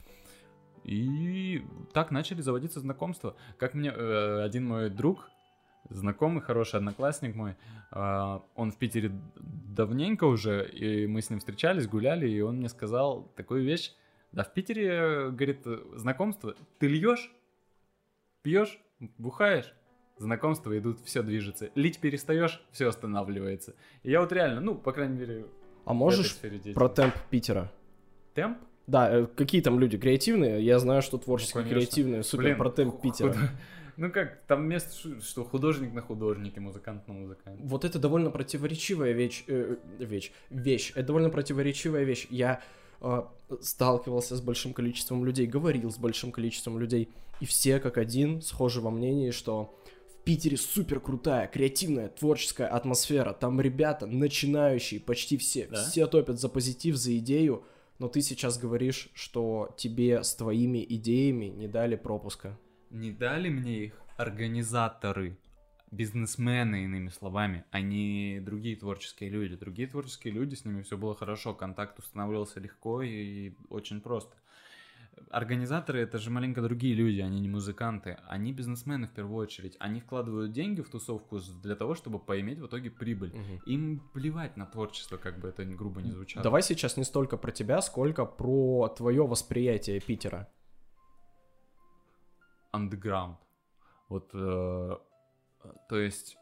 И так начали заводиться знакомства. Как мне э, один мой друг, знакомый, хороший одноклассник мой, э, он в Питере давненько уже, и мы с ним встречались, гуляли, и он мне сказал такую вещь. Да, в Питере, говорит, знакомство, ты льешь, пьешь, бухаешь, знакомства идут, все движется. Лить перестаешь, все останавливается. И я вот реально, ну, по крайней мере... А можешь про темп Питера? Темп? Да, какие там люди креативные? Я знаю, что творческие, ну, креативные, супер, Блин, про темп Питера. Худ... Ну как, там место, что художник на художнике, музыкант на музыканте. Вот это довольно противоречивая вещь, э, вещь, вещь. Это довольно противоречивая вещь. Я э, сталкивался с большим количеством людей, говорил с большим количеством людей, и все как один схожи во мнении, что в Питере супер крутая, креативная, творческая атмосфера. Там ребята начинающие, почти все, Да? все топят за позитив, за идею. Но ты сейчас говоришь, что тебе с твоими идеями не дали пропуска. Не дали мне их организаторы, бизнесмены, иными словами, а не другие творческие люди. Другие творческие люди, с ними все было хорошо, контакт устанавливался легко и очень просто. Организаторы — это же маленько другие люди, они не музыканты, они бизнесмены в первую очередь. Они вкладывают деньги в тусовку для того, чтобы поиметь в итоге прибыль. Угу. Им плевать на творчество, как бы это грубо не звучало. Давай сейчас не столько про тебя, сколько про твое восприятие Питера. Underground. Вот, э, то есть,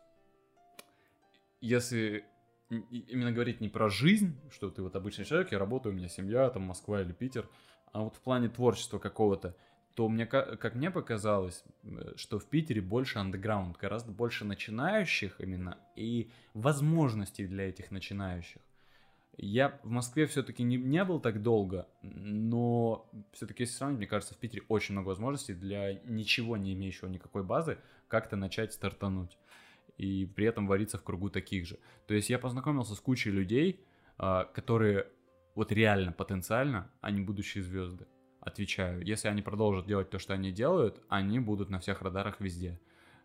если именно говорить не про жизнь, что ты вот обычный человек, я работаю, у меня семья, там Москва или Питер, а вот в плане творчества какого-то, то мне, как мне показалось, что в Питере больше андеграунд, гораздо больше начинающих именно и возможностей для этих начинающих. Я в Москве все-таки не, не был так долго, но все-таки, если сравнить, мне кажется, в Питере очень много возможностей для ничего не имеющего никакой базы как-то начать стартануть. И при этом вариться в кругу таких же. То есть я познакомился с кучей людей, которые вот реально потенциально, они будущие звезды. Отвечаю, если они продолжат делать то, что они делают, они будут на всех радарах везде.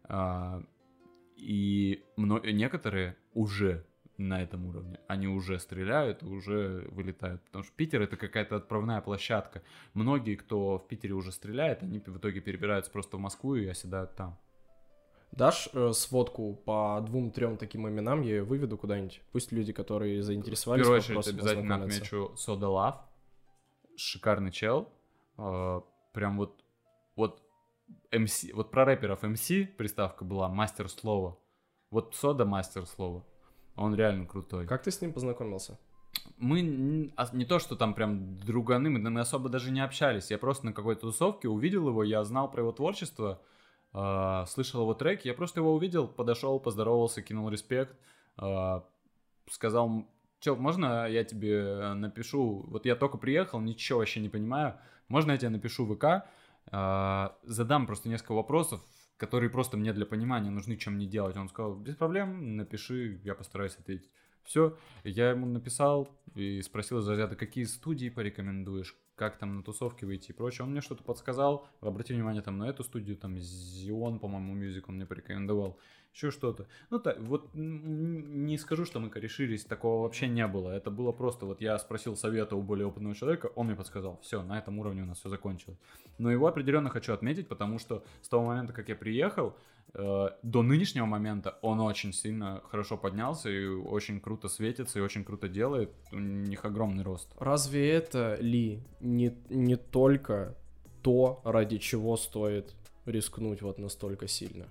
И некоторые уже на этом уровне. Они уже стреляют, уже вылетают. Потому что Питер — это какая-то отправная площадка. Многие, кто в Питере уже стреляет, они в итоге перебираются просто в Москву и оседают там. Дашь э, сводку по двум-трем таким именам, я ее выведу куда-нибудь. Пусть люди, которые заинтересовались, в первую очередь обязательно отмечу Soda Love. Шикарный чел. Uh, прям вот, вот эм си, вот про рэперов эм си приставка была, мастер слова. Вот Сода мастер слова. Он реально крутой. Как ты с ним познакомился? Мы не, не то, что там прям друганы, мы, мы особо даже не общались. Я просто на какой-то тусовке увидел его, я знал про его творчество, uh, слышал его треки, я просто его увидел, подошел, поздоровался, кинул респект, uh, сказал: чел, можно я тебе напишу, вот я только приехал, ничего вообще не понимаю, можно я тебе напишу в ВК, э, задам просто несколько вопросов, которые просто мне для понимания нужны, чем мне делать. Он сказал: без проблем, напиши, я постараюсь ответить. Все, я ему написал и спросил из разряда, какие студии порекомендуешь, как там на тусовке выйти и прочее. Он мне что-то подсказал, обрати внимание там на эту студию, там Zion, по-моему, Music он мне порекомендовал, еще что-то. Ну так, вот не скажу, что мы корешились, такого вообще не было. Это было просто, вот я спросил совета у более опытного человека, он мне подсказал. Все, на этом уровне у нас все закончилось. Но его определенно хочу отметить, потому что с того момента, как я приехал, э, до нынешнего момента он очень сильно хорошо поднялся и очень круто светится, и очень круто делает. У них огромный рост. Разве это ли не, не только то, ради чего стоит рискнуть вот настолько сильно?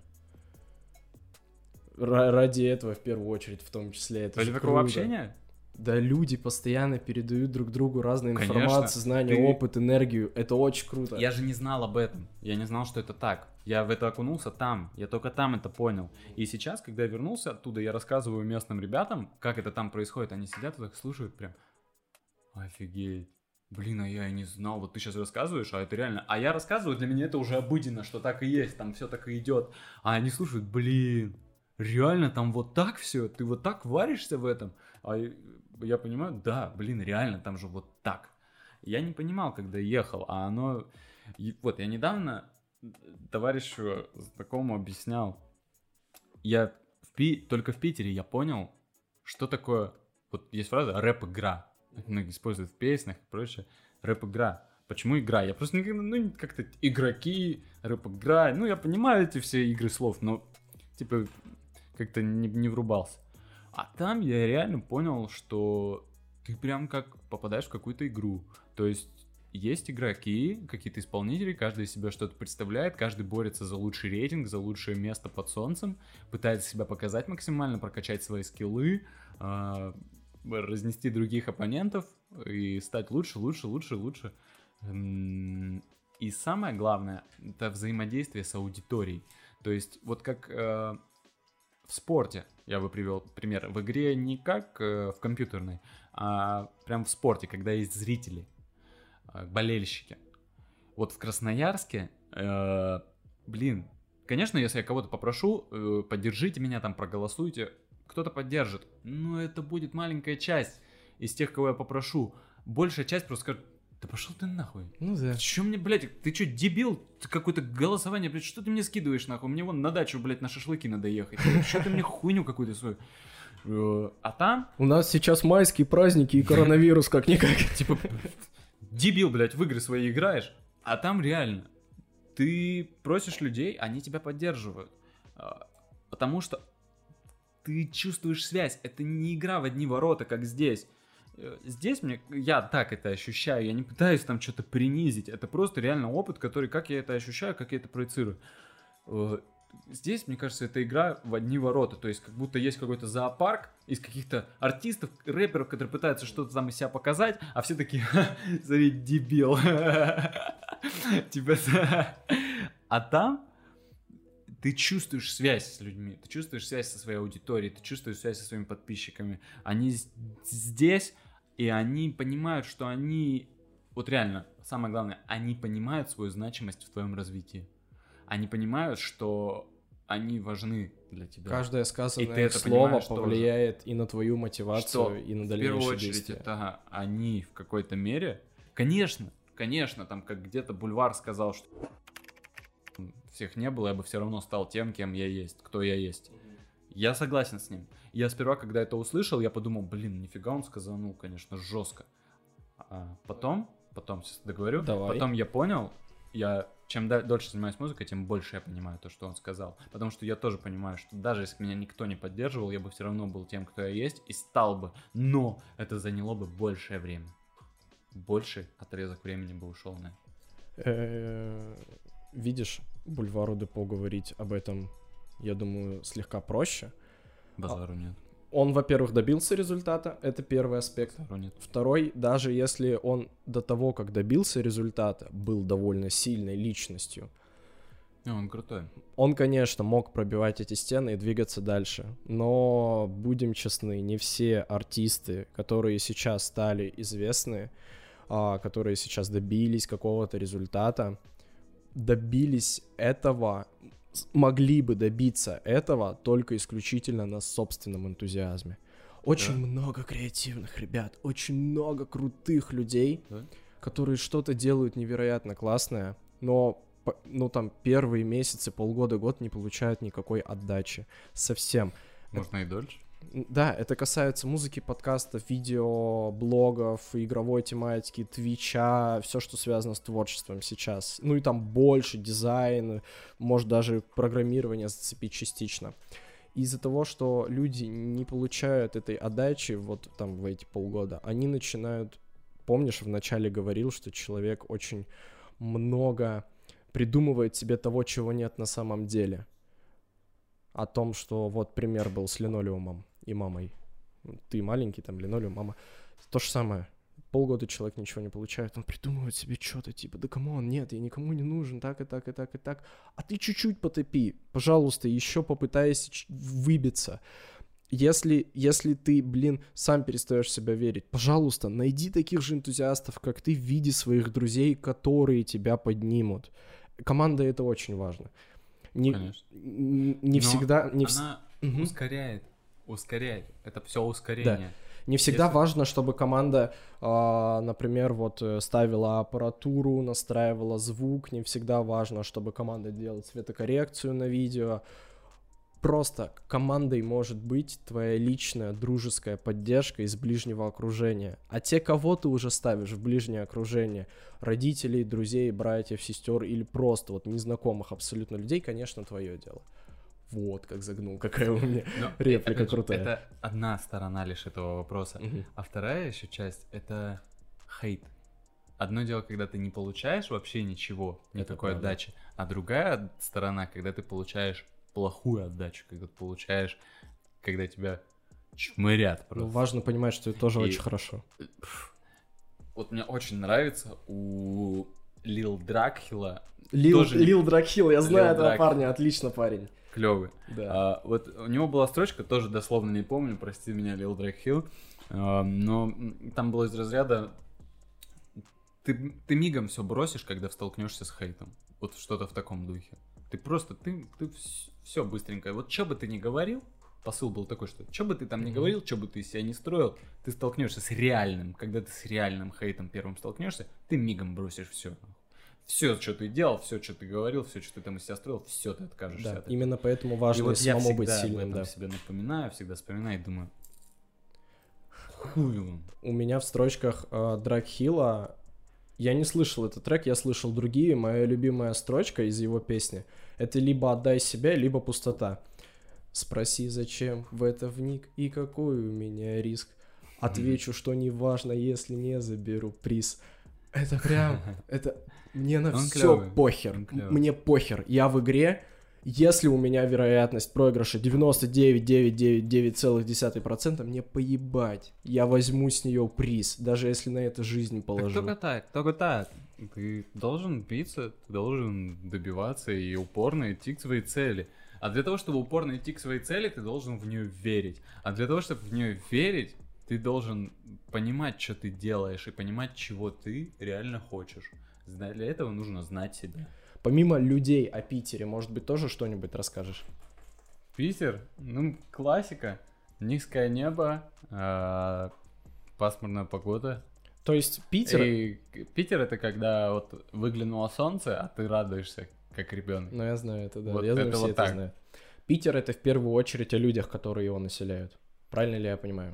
Ради этого, в первую очередь, в том числе. Это ради такого круто. Общения? Да, люди постоянно передают друг другу разные Конечно. информации, знания, ты... опыт, энергию. Это очень круто. Я же не знал об этом. Я не знал, что это так. Я в это окунулся там. Я только там это понял. И сейчас, когда я вернулся оттуда, я рассказываю местным ребятам, как это там происходит. Они сидят и так слушают прям: офигеть. Блин, а я и не знал. Вот ты сейчас рассказываешь, а это реально. А я рассказываю, для меня это уже обыденно, что так и есть. Там все так и идет. А они слушают: блин. Реально там вот так все, ты вот так варишься в этом. А я понимаю, да, блин, реально там же вот так. Я не понимал, когда ехал, а оно... Вот, я недавно товарищу знакомому объяснял. Я в Пи... только в Питере я понял, что такое... Вот есть фраза рэп-игра. Многие используют в песнях и прочее. Рэп-игра. Почему игра? Я просто ну, как-то игроки, рэп-игра. Ну, я понимаю эти все игры слов, но типа... как-то не, не врубался. А там я реально понял, что ты прям как попадаешь в какую-то игру. То есть есть игроки, какие-то исполнители, каждый из себя что-то представляет, каждый борется за лучший рейтинг, за лучшее место под солнцем, пытается себя показать максимально, прокачать свои скиллы, э, разнести других оппонентов и стать лучше, лучше, лучше, лучше. И самое главное, это взаимодействие с аудиторией. То есть вот как... Э, в спорте, я бы привел пример, в игре не как э, в компьютерной, а прям в спорте, когда есть зрители, э, болельщики. Вот в Красноярске, э, блин, конечно, если я кого-то попрошу, э, поддержите меня там, проголосуйте, кто-то поддержит, но это будет маленькая часть из тех, кого я попрошу. Большая часть просто скажет: да пошел ты нахуй. Ну да. Чё мне, блядь, ты чё, дебил? Ты какое-то голосование, блядь, что ты мне скидываешь, нахуй? Мне вон на дачу, блядь, на шашлыки надо ехать. Что ты мне хуйню какую-то свою? А там... У нас сейчас майские праздники и коронавирус как-никак. Типа, дебил, блядь, в игры свои играешь. А там реально. Ты просишь людей, они тебя поддерживают. Потому что ты чувствуешь связь. Это не игра в одни ворота, как здесь. Здесь мне, я так это ощущаю, я не пытаюсь там что-то принизить, это просто реально опыт, который, как я это ощущаю, как я это проецирую. здесь, мне кажется, это игра в одни ворота. То есть, как будто есть какой-то зоопарк из каких-то артистов, рэперов, которые пытаются что-то там из себя показать, а все такие, смотри, дебил. А там ты чувствуешь связь с людьми, ты чувствуешь связь со своей аудиторией, ты чувствуешь связь со своими подписчиками. Они здесь, и они понимают, что они... Вот реально, самое главное, они понимают свою значимость в твоем развитии. Они понимают, что они важны для тебя. Каждое сказанное слово повлияет и на твою мотивацию, что и на в дальнейшие первую очередь действия. это они в какой-то мере... Конечно, конечно, там как где-то Бульвар сказал, что всех не было, я бы все равно стал тем, кем я есть, кто я есть. Я согласен с ним. Я сперва, когда это услышал, я подумал, блин, нифига он сказал, ну, конечно, жестко. А потом, потом, сейчас договорю, Давай. потом я понял, я чем да- дольше занимаюсь музыкой, тем больше я понимаю то, что он сказал. Потому что я тоже понимаю, что даже если меня никто не поддерживал, я бы все равно был тем, кто я есть, и стал бы. Но это заняло бы большее время. Больший отрезок времени бы ушел на это. Видишь, Бульвару Депо говорить об этом, я думаю, слегка проще. Базару нет. Он, во-первых, добился результата, это первый аспект. Базару нет. Второй, даже если он до того, как добился результата, был довольно сильной личностью, Не, он крутой. он, конечно, мог пробивать эти стены и двигаться дальше. Но, будем честны, не все артисты, которые сейчас стали известны, а, которые сейчас добились какого-то результата, добились этого, могли бы добиться этого только исключительно на собственном энтузиазме. Очень Да. много креативных ребят, очень много крутых людей, Да? которые что-то делают невероятно классное, но по- ну там первые месяцы, полгода, год не получают никакой отдачи совсем. Можно и дольше. Н- Да, это касается музыки, подкастов, видео, блогов, игровой тематики, твича, все, что связано с творчеством сейчас. Ну и там больше дизайн, может даже программирование зацепить частично. Из-за того, что люди не получают этой отдачи вот там в эти полгода, они начинают... Помнишь, вначале говорил, что человек очень много придумывает себе того, чего нет на самом деле. О том, что вот пример был с линолеумом и мамой. Ты маленький, там линолеум, мама. То же самое. Полгода человек ничего не получает, он придумывает себе что-то, типа, да камон, нет, я никому не нужен, так и так, и так, и так. А ты чуть-чуть потопи, пожалуйста, еще попытайся ч- выбиться. Если, если ты, блин, сам перестаешь в себя верить, пожалуйста, найди таких же энтузиастов, как ты, в виде своих друзей, которые тебя поднимут. Команда — это очень важно. Не, Конечно. н- не Но всегда... Не вс- Она Мгм. ускоряет. Ускоряет. Это все ускорение. Не всегда Если- важно, чтобы команда, а, например, вот э, ставила аппаратуру, настраивала звук. Не всегда важно, чтобы команда делала цветокоррекцию на видео. Просто командой может быть твоя личная дружеская поддержка из ближнего окружения. А те, кого ты уже ставишь в ближнее окружение, родителей, друзей, братьев, сестер или просто вот незнакомых абсолютно людей, конечно, твое дело. Вот как загнул, какая у меня Но, реплика опять же, крутая. Это одна сторона лишь этого вопроса. Мгм. А вторая еще часть — это хейт. Одно дело, когда ты не получаешь вообще ничего, Это никакой правда. отдачи. А другая сторона, когда ты получаешь плохую отдачу, когда ты получаешь, когда тебя чмырят Ну, просто. важно понимать, что это тоже И- очень хорошо. Пф. Вот мне очень нравится у Лил Дракхилла Лил, тоже Лил Дракхилл, я знаю Лил этого Дракхилл. парня, отлично парень. клевый. Да. А, вот у него была строчка, тоже дословно не помню, прости меня, Лил Дракхилл, а, но м, там было из разряда ты, ты мигом все бросишь, когда столкнешься с хейтом. Вот что-то в таком духе. Ты просто, ты, ты все быстренько. Вот что бы ты ни говорил, посыл был такой, что что бы ты там ни Мгм. говорил, что бы ты из себя не строил, ты столкнешься с реальным. Когда ты с реальным хейтом первым столкнешься, ты мигом бросишь все. Все, что ты делал, все, что ты говорил, все, что ты там из себя строил, все, ты откажешься Да, от этого. именно поэтому И важно вот я самому быть всегда об сильным, этом да. себе напоминаю, всегда вспоминаю и думаю, хуй он. У меня в строчках э, Дракхилла, я не слышал этот трек, я слышал другие. Моя любимая строчка из его песни — это либо «Отдай себя», либо «Пустота». Спроси, зачем в это вник и какой у меня риск. Отвечу, что не важно, если не заберу приз. Это прям, это мне на Он все клёвый, похер. он клёвый. Мне похер. Я в игре, Если у меня вероятность проигрыша девяносто девять целых девятьсот девяносто девять процента, мне поебать. Я возьму с нее приз, даже если на это жизнь положу. Так только так, только так. Ты должен биться, ты должен добиваться и упорно идти к своей цели. А для того, чтобы упорно идти к своей цели, ты должен в нее верить. А для того, чтобы в нее верить, ты должен понимать, что ты делаешь, и понимать, чего ты реально хочешь. Для этого нужно знать себя. Помимо людей о Питере, может быть, тоже что-нибудь расскажешь? Питер, ну, классика. Низкое небо, э, пасмурная погода. То есть Питер... И Питер — это когда вот выглянуло солнце, а ты радуешься, как ребенок. Ну, я знаю это, да. Вот я знаю, это все вот это так. знают. Питер — это в первую очередь о людях, которые его населяют. Правильно ли я понимаю?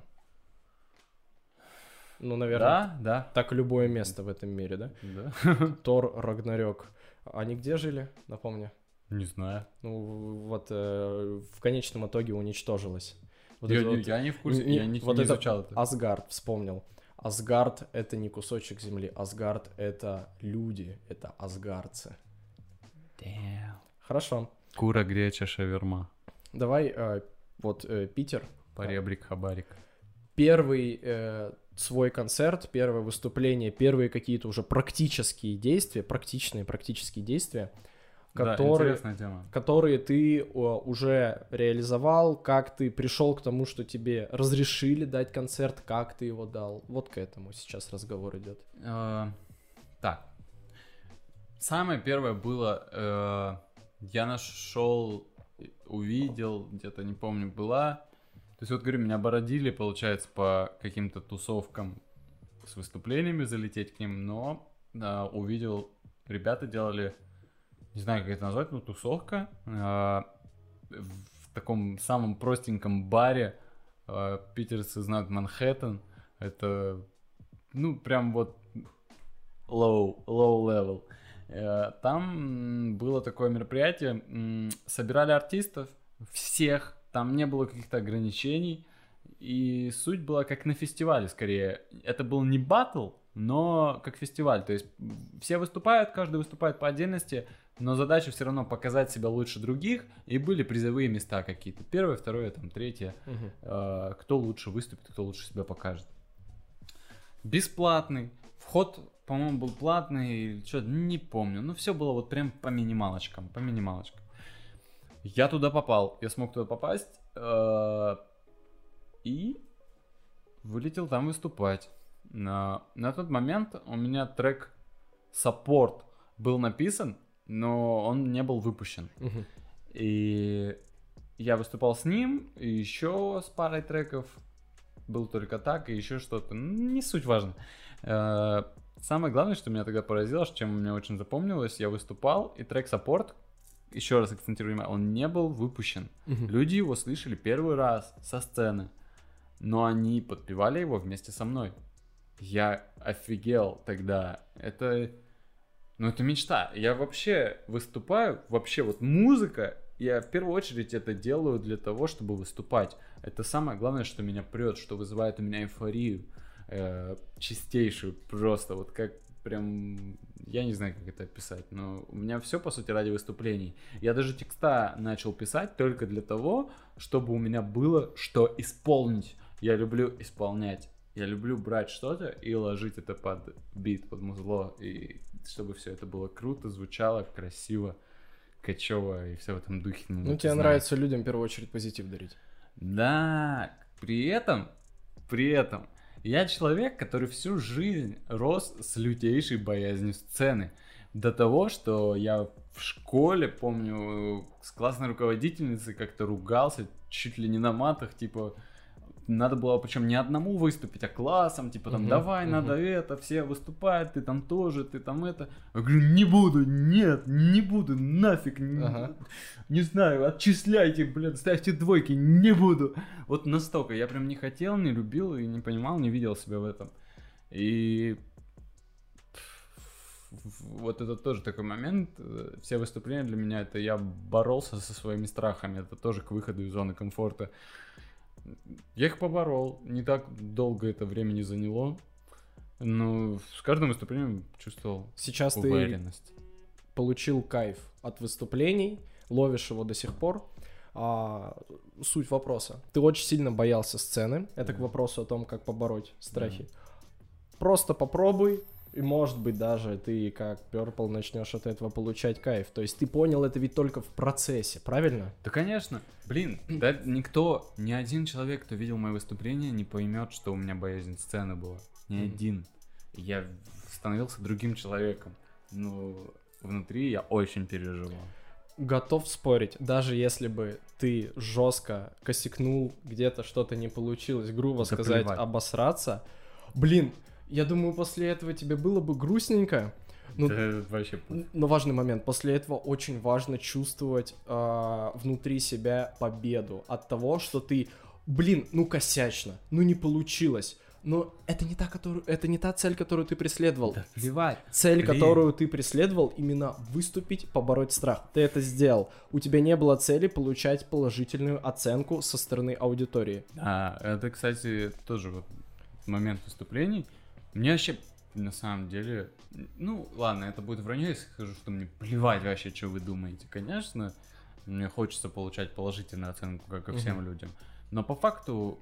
Ну, наверное, Да, да. так любое место в этом мире, да? Да. Тор, Рагнарёк. Они где жили, напомню? Не знаю. Ну, вот э, в конечном итоге уничтожилось. Вот я, это не, вот- я не в курсе, не- я не, вот не это изучал это. Асгард, вспомнил. Асгард — это не кусочек земли. Асгард — это люди, это асгардцы. Damn. Хорошо. Кура, греча, шаверма. Давай, э, вот э, Питер. Поребрик, хабарик. Первый э, свой концерт, первое выступление, первые какие-то уже практические действия, практичные практические действия, Да, которые, интересная тема. которые ты о, уже реализовал, как ты пришел к тому, что тебе разрешили дать концерт, как ты его дал. Вот к этому сейчас разговор идет. Э, так. Самое первое было, э, я нашел, увидел, где-то, не помню, была. То есть, вот говорю, меня бородили, получается, по каким-то тусовкам с выступлениями залететь к ним, но э, увидел, ребята делали, не знаю, как это назвать, но тусовка э, в таком самом простеньком баре. Э, питерцы знают Манхэттен. Это, ну, прям вот low, low level. Э, там было такое мероприятие, м, собирали артистов, всех, там не было каких-то ограничений, и суть была как на фестивале скорее. Это был не баттл, но как фестиваль, то есть все выступают, каждый выступает по отдельности, но задача все равно показать себя лучше других, и были призовые места какие-то, первое, второе, там, третье, Мгм. э, кто лучше выступит, кто лучше себя покажет. Бесплатный, вход, по-моему, был платный, или что, не помню, но все было вот прям по минималочкам, по минималочкам. Я туда попал, я смог туда попасть, э, и вылетел там выступать. На, на тот момент у меня трек Support был написан, но он не был выпущен. Мгм. И я выступал с ним, и еще с парой треков. Был только так, и еще что-то. Не суть важно. Э, Самое главное, что меня тогда поразило, чем мне очень запомнилось, я выступал, и трек Support, еще раз акцентирую внимание, он не был выпущен. Мгм. Люди его слышали первый раз со сцены, но они подпевали его вместе со мной. Я офигел тогда. Это, ну, это мечта. Я вообще выступаю, вообще вот музыка, я в первую очередь это делаю для того, чтобы выступать. Это самое главное, что меня прет, что вызывает у меня эйфорию э, чистейшую просто, вот как прям, я не знаю, как это описать, но у меня все, по сути, ради выступлений. Я даже текста начал писать только для того, чтобы у меня было что исполнить. Я люблю исполнять. Я люблю брать что-то и ложить это под бит, под музло, и чтобы все это было круто, звучало, красиво, качево и все в этом духе. Ну, ты тебе знаешь. нравится людям в первую очередь позитив дарить. Да, при этом, при этом, я человек, который всю жизнь рос с лютейшей боязнью сцены. До того, что я в школе, помню, с классной руководительницей как-то ругался, чуть ли не на матах, типа, надо было, причем не одному выступить, а классом, типа, там, Мгм, давай, мгм. надо это, все выступают, ты там тоже, ты там это. Я говорю, не буду, нет, не буду, нафиг, не, Ага. не знаю, отчисляйте, блин, ставьте двойки, не буду. Вот настолько, я прям не хотел, не любил и не понимал, не видел себя в этом. И вот это тоже такой момент, э, все выступления для меня, это я боролся со своими страхами, это тоже к выходу из зоны комфорта. Я их поборол, не так долго это времени заняло, но с каждым выступлением чувствовал Сейчас ты уверенность. получил кайф от выступлений, ловишь его до сих пор. А, суть вопроса. Ты очень сильно боялся сцены. Это Да. к вопросу о том, как побороть страхи. Да. Просто попробуй, и может быть даже ты как Purple начнешь от этого получать кайф. То есть ты понял это ведь только в процессе, правильно? Да, конечно. Блин, да никто, ни один человек, кто видел мое выступление, не поймет, что у меня боязнь сцены была. Ни Мгм. один. Я становился другим человеком. Но внутри я очень переживал. Готов спорить, даже если бы ты жестко косякнул, где-то что-то не получилось, грубо Да сказать, плевать. обосраться. Блин, я думаю, после этого тебе было бы грустненько. Ну, Да вообще пофиг. но важный момент. После этого очень важно чувствовать а, внутри себя победу от того, что ты, блин, ну косячно, ну не получилось. Но это не та, которую, это не та цель, которую ты преследовал. Да плевать. Цель, Блин. которую ты преследовал, именно выступить, побороть страх. Ты это сделал. У тебя не было цели получать положительную оценку со стороны аудитории. А, это, кстати, тоже вот момент выступлений. Мне вообще, на самом деле, ну, ладно, это будет вранье, если скажу, что мне плевать вообще, что вы думаете. Конечно, мне хочется получать положительную оценку, как и всем Мгм. людям. Но по факту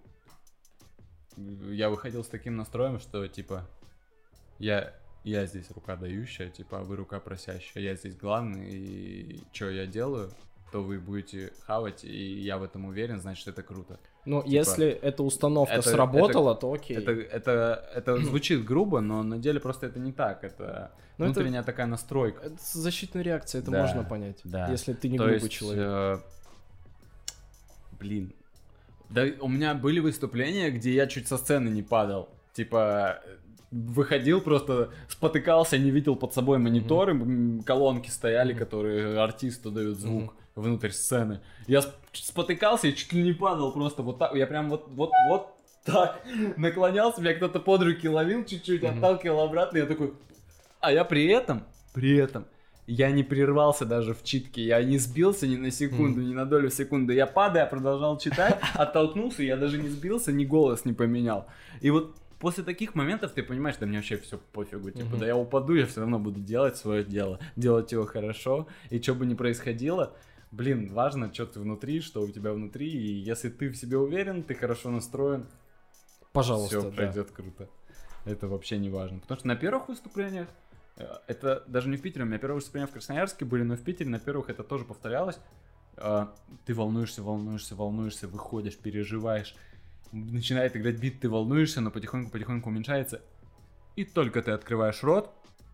я выходил с таким настроем, что, типа, я, я здесь рука дающая, типа, а вы рука просящая. Я здесь главный, и что я делаю, то вы будете хавать, и я в этом уверен, значит, это круто. Но Типа, если эта установка это- сработала, то окей. Это, это, это звучит грубо, но на деле просто это не так. Это Ну, это- внутренняя такая настройка. Это защитная реакция, это Да, можно понять. да. Если ты не То глупый есть, человек. э, блин. Да у меня были выступления, где я чуть со сцены не падал. Типа, э, выходил просто, спотыкался, не видел под собой мониторы, м, колонки стояли, Мгм. которые артисту дают звук внутрь сцены. Я сп- спотыкался и чуть ли не падал просто вот так. Я прям вот, вот, вот так наклонялся, меня кто-то под руки ловил чуть-чуть, Мгм. отталкивал обратно, я такой... А я при этом, при этом, я не прервался даже в читке, я не сбился ни на секунду, Мгм. ни на долю секунды. Я падая, продолжал читать, оттолкнулся, я даже не сбился, ни голос не поменял. И вот после таких моментов ты понимаешь, да мне вообще все пофигу, типа, Мгм. да я упаду, я все равно буду делать свое дело, делать его хорошо, и что бы ни происходило, блин, важно, что ты внутри, что у тебя внутри, и если ты в себе уверен, ты хорошо настроен, Пожалуйста, все да. пройдет круто. Это вообще не важно. Потому что на первых выступлениях, э, это даже не в Питере, у меня первые выступления в Красноярске были, но в Питере на первых это тоже повторялось. Э, Ты волнуешься, волнуешься, волнуешься, выходишь, переживаешь, начинает играть бит, ты волнуешься, но потихоньку-потихоньку уменьшается. И только ты открываешь рот,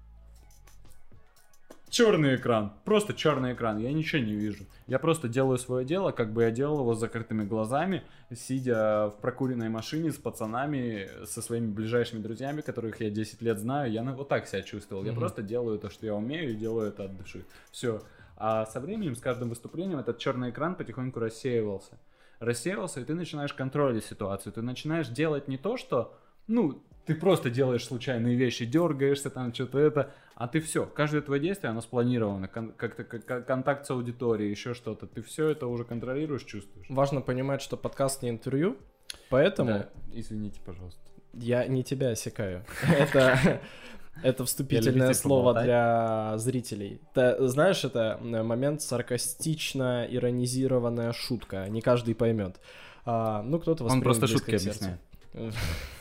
черный экран, просто черный экран, я ничего не вижу. Я просто делаю свое дело, как бы я делал его с закрытыми глазами, сидя в прокуренной машине с пацанами, со своими ближайшими друзьями, которых я десять лет знаю, я ну, вот так себя чувствовал. Я Мгм. просто делаю то, что я умею, и делаю это от души. Все. А со временем, с каждым выступлением, этот черный экран потихоньку рассеивался. Рассеивался, и ты начинаешь контролить ситуацию. Ты начинаешь делать не то, что, ну, ты просто делаешь случайные вещи, дергаешься там, что-то это, а ты все, каждое твое действие, оно спланировано, кон- как-то как- контакт с аудиторией, еще что-то, ты все это уже контролируешь, чувствуешь. Важно понимать, что подкаст не интервью, поэтому Да, извините, пожалуйста. я не тебя осекаю. Это, это вступительное любитель слово поболтать. для зрителей. Ты знаешь, это э, момент саркастично иронизированная шутка. Не каждый поймет. А, ну, кто-то Он воспримет просто близко шутки к сердцу. объясняет.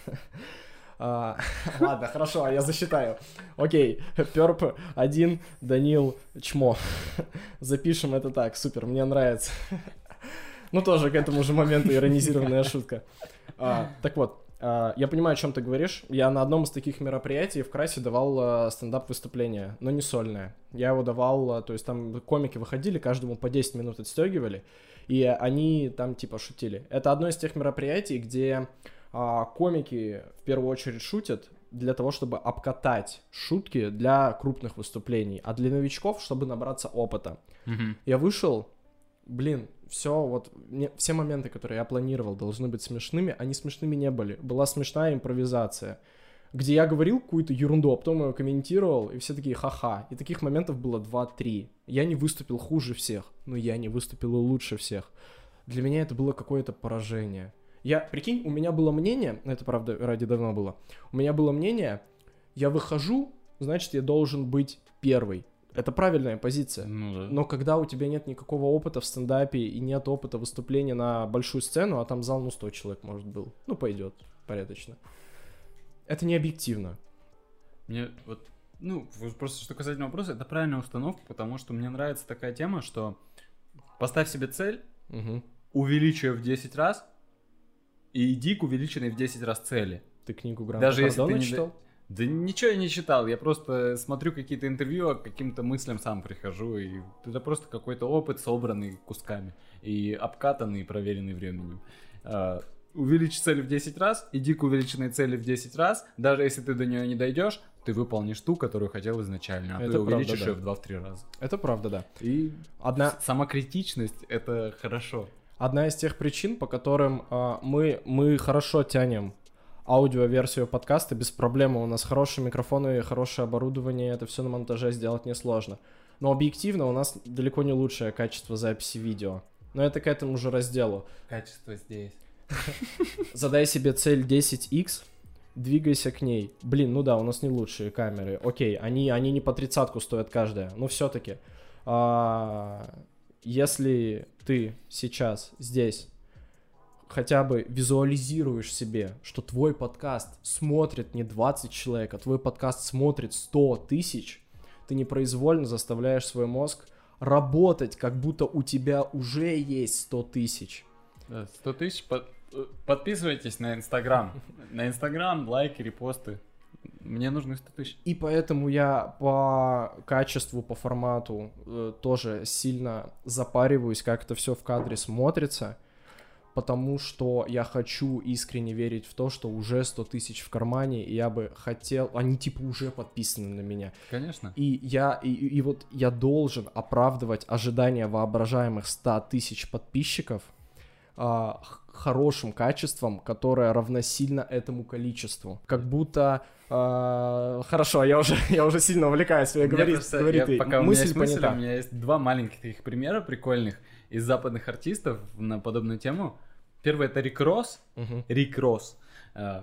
А, Ладно, хорошо, я засчитаю. Окей, Перп один, Данил Чмо. Запишем это так, супер, мне нравится. Ну, тоже к этому же моменту иронизированная шутка. А, так вот, а, я понимаю, о чем ты говоришь. Я на одном из таких мероприятий в Красе давал а, стендап-выступление, но не сольное. Я его давал, а, то есть там комики выходили, каждому по десять минут отстегивали, и они там типа шутили. Это одно из тех мероприятий, где а, комики в первую очередь шутят для того, чтобы обкатать шутки для крупных выступлений, а для новичков, чтобы набраться опыта. Мгм. Я вышел, блин, все, вот, мне- все моменты, которые я планировал, должны быть смешными, они смешными не были. Была смешная импровизация, где я говорил какую-то ерунду, а потом ее комментировал, и все такие ха-ха. И таких моментов было два-три. Я не выступил хуже всех, но я не выступил и лучше всех. Для меня это было какое-то поражение. Я, прикинь, у меня было мнение, это правда ради давно было, у меня было мнение, я выхожу, значит, я должен быть первый. Это правильная позиция. Ну, да. Но когда у тебя нет никакого опыта в стендапе и нет опыта выступления на большую сцену, а там зал, ну, сто человек, может, был, ну, пойдет порядочно. Это не объективно. Мне вот, ну, просто что касательно вопроса, это правильная установка, потому что мне нравится такая тема, что поставь себе цель, Угу. увеличь ее в десять раз, и иди к увеличенной в десять раз цели. Ты книгу Гранта Даже если ты Кардона не... читал? Да ничего я не читал, я просто смотрю какие-то интервью, а к каким-то мыслям сам прихожу, и это просто какой-то опыт, собранный кусками, и обкатанный, и проверенный временем. А, увеличь цель в десять раз, иди к увеличенной цели в десять раз, даже если ты до нее не дойдешь, ты выполнишь ту, которую хотел изначально, а Это ты правда, увеличишь да. ее в два-три раза. Это правда, да. И Одна, самокритичность — это хорошо. одна из тех причин, по которым а, мы, мы хорошо тянем аудиоверсию подкаста без проблем. У нас хорошие микрофоны, хорошее оборудование, это все на монтаже сделать несложно. Но объективно у нас далеко не лучшее качество записи видео. Но это к этому же разделу. Качество здесь. Задай себе цель десять икс, двигайся к ней. Блин, ну да, у нас не лучшие камеры. Окей, они, они не по тридцатку стоят каждая, но все-таки. А, если ты сейчас здесь хотя бы визуализируешь себе, что твой подкаст смотрит не двадцать человек, а твой подкаст смотрит сто тысяч, ты непроизвольно заставляешь свой мозг работать, как будто у тебя уже есть сто тысяч. Да, сто тысяч. Под... Подписывайтесь на Инстаграм. На Инстаграм, лайки, репосты. Мне нужны сто тысяч. И поэтому я по качеству, по формату э, тоже сильно запариваюсь, как это все в кадре смотрится, потому что я хочу искренне верить в то, что уже сто тысяч в кармане, и я бы хотел... Они типа уже подписаны на меня. Конечно. И я, и, и вот я должен оправдывать ожидания воображаемых ста тысяч подписчиков а, х- хорошим качеством, которое равносильно этому количеству. Как будто... а, хорошо, я уже, я уже сильно увлекаюсь, я говори, просто, говори я, ты. пока Мысль у меня есть мысль, понята. у меня есть два маленьких таких примера прикольных из западных артистов на подобную тему. Первый — это Рик Росс. Мгм. Рик Росс. Uh,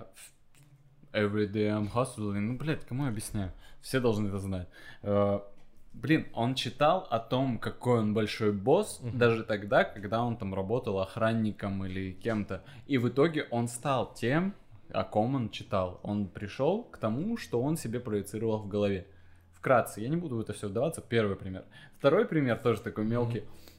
Every day I'm hustling. Ну, блядь, кому я объясняю? Все должны это знать. Uh, блин, он читал о том, какой он большой босс, Мгм. даже тогда, когда он там работал охранником или кем-то. И в итоге он стал тем, о ком он читал. Он пришел к тому, что он себе проецировал в голове. Вкратце, я не буду в это все вдаваться. Первый пример. Второй пример тоже такой мелкий.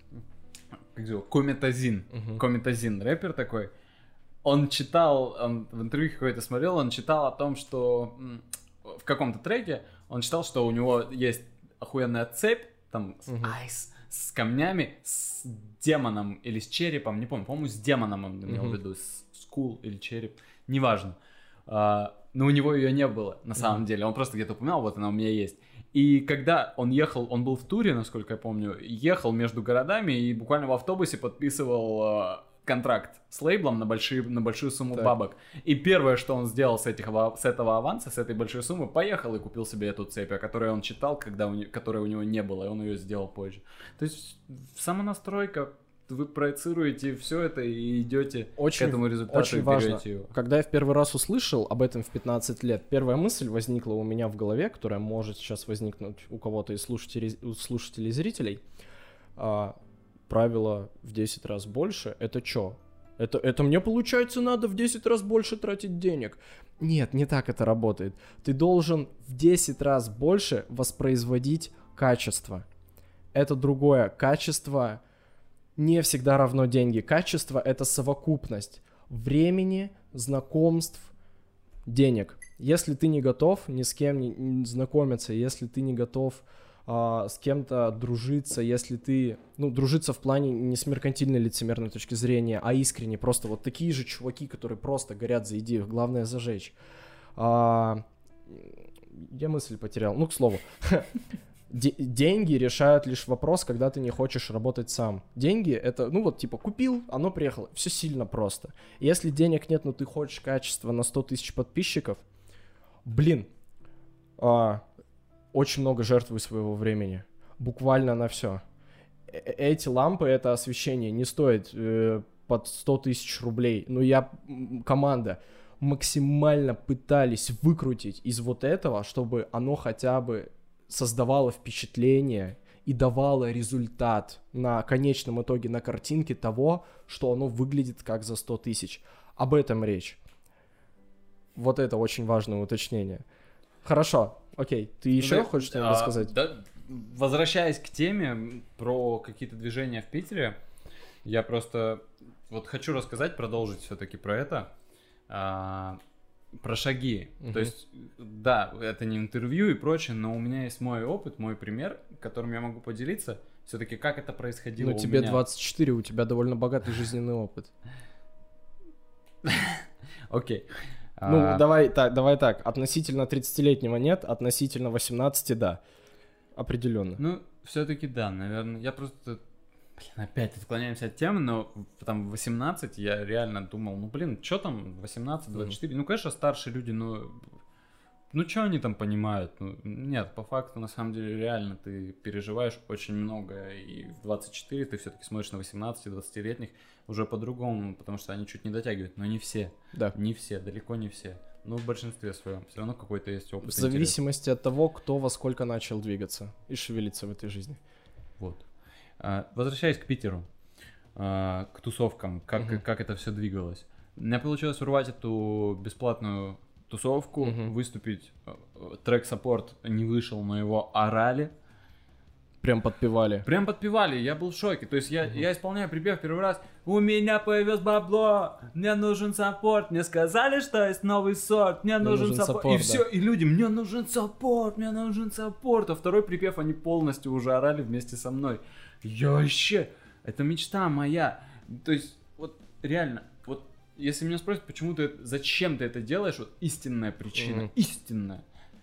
Как его? Кометазин. Мгм. Кометазин, рэпер такой. Он читал, он в интервью какое-то смотрел, он читал о том, что м, в каком-то треке он читал, что у него есть охуенная цепь, там, с Мгм. айс, с камнями, с демоном или с черепом, не помню, по-моему, с демоном он имел в Мгм. виду, с скул или череп, неважно. А, но у него ее не было, на самом Мгм. деле, он просто где-то упоминал, вот она у меня есть. И когда он ехал, он был в туре, насколько я помню, ехал между городами и буквально в автобусе подписывал э, контракт с лейблом на, большие, на большую сумму Так. бабок. И первое, что он сделал с, этих, ава- с этого аванса, с этой большой суммы, поехал и купил себе эту цепь, о которой он читал, когда у не- которой у него не было, и он ее сделал позже. То есть самонастройка, вы проецируете все это и идете Очень- к этому результату очень и важно. берете его. Когда я в первый раз услышал об этом в пятнадцать лет, первая мысль возникла у меня в голове, которая может сейчас возникнуть у кого-то из слушателей, у слушателей и зрителей. А, правило в десять раз больше — это чё? Это, это мне, получается, надо в десять раз больше тратить денег. Нет, не так это работает. Ты должен в десять раз больше воспроизводить качество. Это другое. Качество не всегда равно деньги. Качество — это совокупность времени, знакомств, денег. Если ты не готов ни с кем не, не знакомиться, если ты не готов а, с кем-то дружиться, если ты, ну, дружиться в плане не с меркантильной лицемерной точки зрения, а искренне, просто вот такие же чуваки, которые просто горят за идею, главное зажечь. А, я мысль потерял. Ну, к слову. Де- деньги решают лишь вопрос, когда ты не хочешь работать сам. Деньги — это, ну вот, типа, купил, оно приехало. Все сильно просто. Если денег нет, но ты хочешь качества на сто тысяч подписчиков, блин, а, очень много жертвуй своего времени. Буквально на все. Эти лампы, это освещение не стоит э, под сто тысяч рублей. Но я, м, команда, максимально пытались выкрутить из вот этого, чтобы оно хотя бы создавало впечатление и давало результат на конечном итоге на картинке того, что оно выглядит как за сто тысяч. Об этом речь. Вот это очень важное уточнение. Хорошо, окей. Ты еще да, хочешь что-нибудь а, сказать? Да, возвращаясь к теме про какие-то движения в Питере, я просто вот хочу рассказать, продолжить все-таки про это, а, про шаги. Uh-huh. То есть, да, это не интервью и прочее, но у меня есть мой опыт, мой пример, которым я могу поделиться. Все-таки как это происходило ну, у тебе меня. двадцать четыре, у тебя довольно богатый жизненный опыт. Окей. Ну, а... давай так, давай так. Относительно тридцатилетнего нет, относительно восемнадцати да. Определенно. Ну, все-таки да, наверное. Я просто... Блин, опять отклоняемся от темы, но там в восемнадцать я реально думал, ну, блин, что там восемнадцать двадцать четыре? Mm-hmm. Ну, конечно, старшие люди, но... Ну, что они там понимают? Ну, нет, по факту, на самом деле, реально ты переживаешь очень много, и в двадцать четыре ты все-таки смотришь на восемнадцати-двадцатилетних уже по-другому, потому что они чуть не дотягивают, но не все. Да. Не все, далеко не все. Ну, в большинстве своем. Все равно какой-то есть опыт. В зависимости интерес. От того, кто во сколько начал двигаться и шевелиться в этой жизни. Вот. А, возвращаясь к Питеру, а, к тусовкам, как, uh-huh. как это все двигалось. У меня получилось урвать эту бесплатную тусовку, uh-huh. выступить. Трек-саппорт не вышел, но его орали. Прям подпевали. Прям подпевали, я был в шоке. То есть я, uh-huh. я исполняю припев первый раз. У меня появилось бабло, мне нужен саппорт. Мне сказали, что есть новый сорт, мне, мне нужен, нужен саппорт. саппорт. И да. все, и люди, мне нужен саппорт, мне нужен саппорт. А второй припев они полностью уже орали вместе со мной. Я вообще, это мечта моя. То есть, вот реально, вот если меня спросят, почему ты, зачем ты это делаешь, вот истинная причина, mm-hmm. истинная.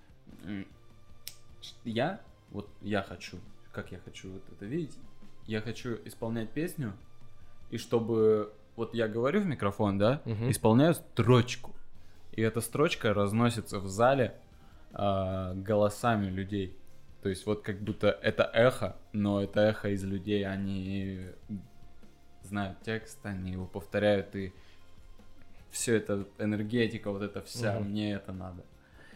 Я, вот я хочу, как я хочу вот это видеть, я хочу исполнять песню, и чтобы, вот я говорю в микрофон, да, mm-hmm. исполняю строчку, и эта строчка разносится в зале э, голосами людей. То есть вот как будто это эхо, но это эхо из людей, они знают текст, они его повторяют, и все это энергетика, вот это вся, угу. мне это надо.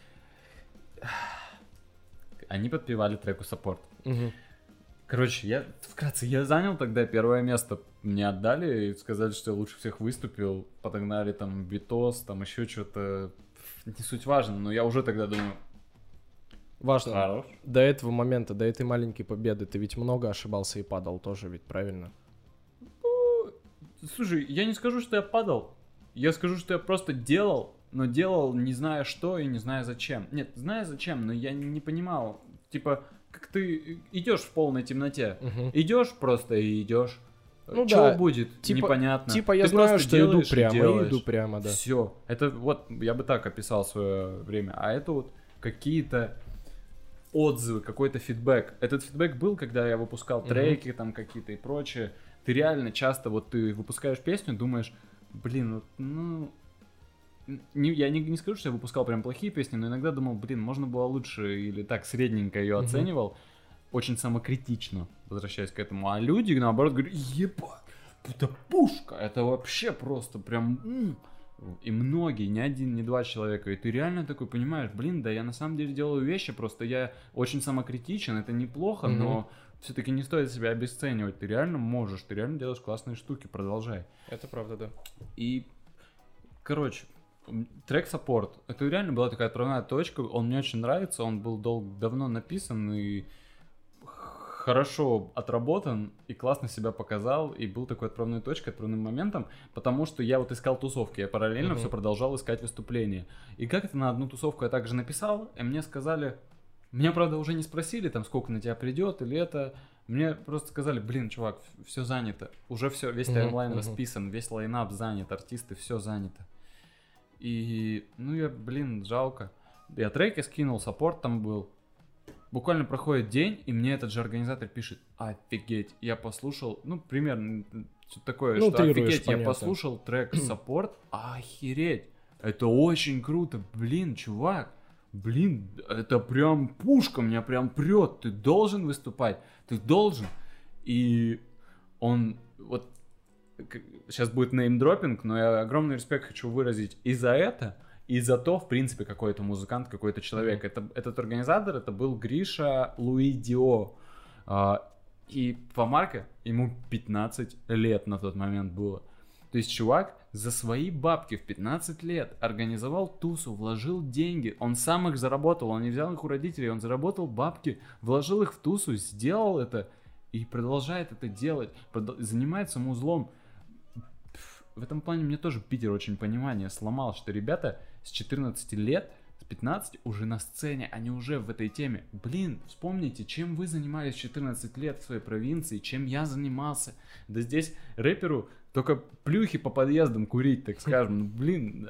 Они подпевали треку «Саппорт». Угу. Короче, я вкратце, я занял тогда первое место, мне отдали и сказали, что я лучше всех выступил, подогнали там битос, там еще что-то, не суть важно, но я уже тогда думаю... Важно. Хорош. До этого момента, до этой маленькой победы ты ведь много ошибался и падал тоже, ведь правильно? Ну, слушай, я не скажу, что я падал. Я скажу, что я просто делал, но делал не зная что и не зная зачем. Нет, зная зачем, но я не понимал. Типа, как ты идешь в полной темноте. Угу. Идешь просто и идешь. Ну что да, будет, типа, непонятно. Типа я ты знаю, что иду прямо, и и иду прямо, да. Все. Это вот, я бы так описал свое время. А это вот какие-то отзывы, какой-то фидбэк. Этот фидбэк был, когда я выпускал треки, uh-huh. там какие-то и прочее. Ты реально часто, вот ты выпускаешь песню, думаешь, блин, вот, ну... Не, я не, не скажу, что я выпускал прям плохие песни, но иногда думал, блин, можно было лучше, или так средненько ее uh-huh. оценивал. Очень самокритично, возвращаясь к этому. А люди, наоборот, говорят, ебать, это пушка, это вообще просто прям... М-м". И многие, не один, не два человека. И ты реально такой понимаешь, блин, да я на самом деле делаю вещи, просто я очень самокритичен, это неплохо, mm-hmm. но все-таки не стоит себя обесценивать. Ты реально можешь, ты реально делаешь классные штуки, продолжай. Это правда, да. И, короче, трек «Саппорт», это реально была такая отправная точка, он мне очень нравится, он был дол- давно написан и хорошо отработан, и классно себя показал, и был такой отправной точкой, отправным моментом, потому что я вот искал тусовки, я параллельно uh-huh. все продолжал искать выступления. И как это на одну тусовку я также написал, и мне сказали, меня, правда, уже не спросили, там, сколько на тебя придет, или это, мне просто сказали, блин, чувак, все занято, уже все, весь uh-huh. таймлайн uh-huh. расписан, весь лайнап занят, артисты, все занято. И, ну, я, блин, жалко. Я треки скинул, «Саппорт» там был. Буквально проходит день, и мне этот же организатор пишет, офигеть, я послушал, ну, примерно, что-то такое, ну, что офигеть, понятно. Я послушал трек «Саппорт», охереть, это очень круто, блин, чувак, блин, это прям пушка, меня прям прет, ты должен выступать, ты должен. И он, вот, сейчас будет неймдропинг, но я огромный респект хочу выразить и за это, И зато, в принципе, какой-то музыкант, какой-то человек. Mm-hmm. Это, этот организатор, это был Гриша Луидио. А, и по марке ему пятнадцать лет на тот момент было. То есть чувак за свои бабки в пятнадцать лет организовал тусу, вложил деньги. Он сам их заработал, он не взял их у родителей, он заработал бабки, вложил их в тусу, сделал это и продолжает это делать. Продол- занимается музлом. В этом плане мне тоже Питер очень понимание сломал, что ребята с четырнадцати лет, с пятнадцати уже на сцене, они уже в этой теме. Блин, вспомните, чем вы занимались в четырнадцать лет в своей провинции, чем я занимался. Да здесь рэперу только плюхи по подъездам курить, так скажем. Ну, блин,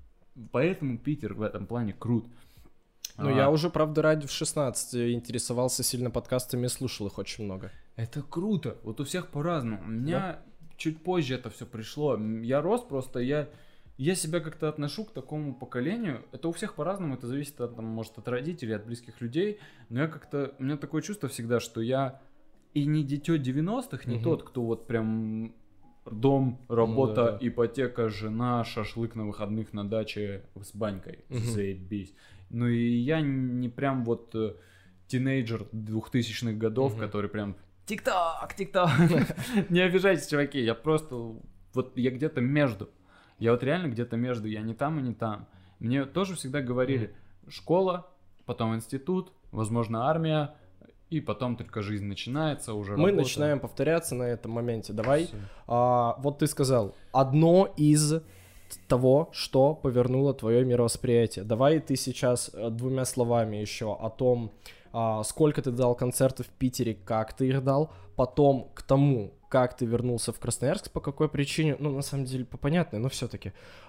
поэтому Питер в этом плане крут. Ну, а... я уже, правда, ради в шестнадцать интересовался сильно подкастами и слушал их очень много. Это круто. Вот у всех по-разному. У меня да? чуть позже это все пришло. Я рос просто, я... Я себя как-то отношу к такому поколению. Это у всех по-разному, это зависит от, там, может, от родителей, от близких людей. Но я как-то... У меня такое чувство всегда, что я и не дитё девяностых, не угу. тот, кто вот прям дом, работа, ну, да, да. ипотека, жена, шашлык на выходных на даче с банькой. Угу. Заебись. Ну и я не прям вот э, тинейджер двухтысячных годов, угу. который прям тик-ток, тик-ток. Не обижайтесь, чуваки, я просто... Вот я где-то между. Я вот реально где-то между, я не там и не там. Мне тоже всегда говорили, mm. школа, потом институт, возможно, армия, и потом только жизнь начинается, уже Мы работа. начинаем повторяться на этом моменте. Давай, а, вот ты сказал, одно из того, что повернуло твое мировосприятие. Давай ты сейчас двумя словами еще о том, а, сколько ты дал концертов в Питере, как ты их дал, потом к тому, как ты вернулся в Красноярск, по какой причине, ну, на самом деле, по понятной, но все-таки.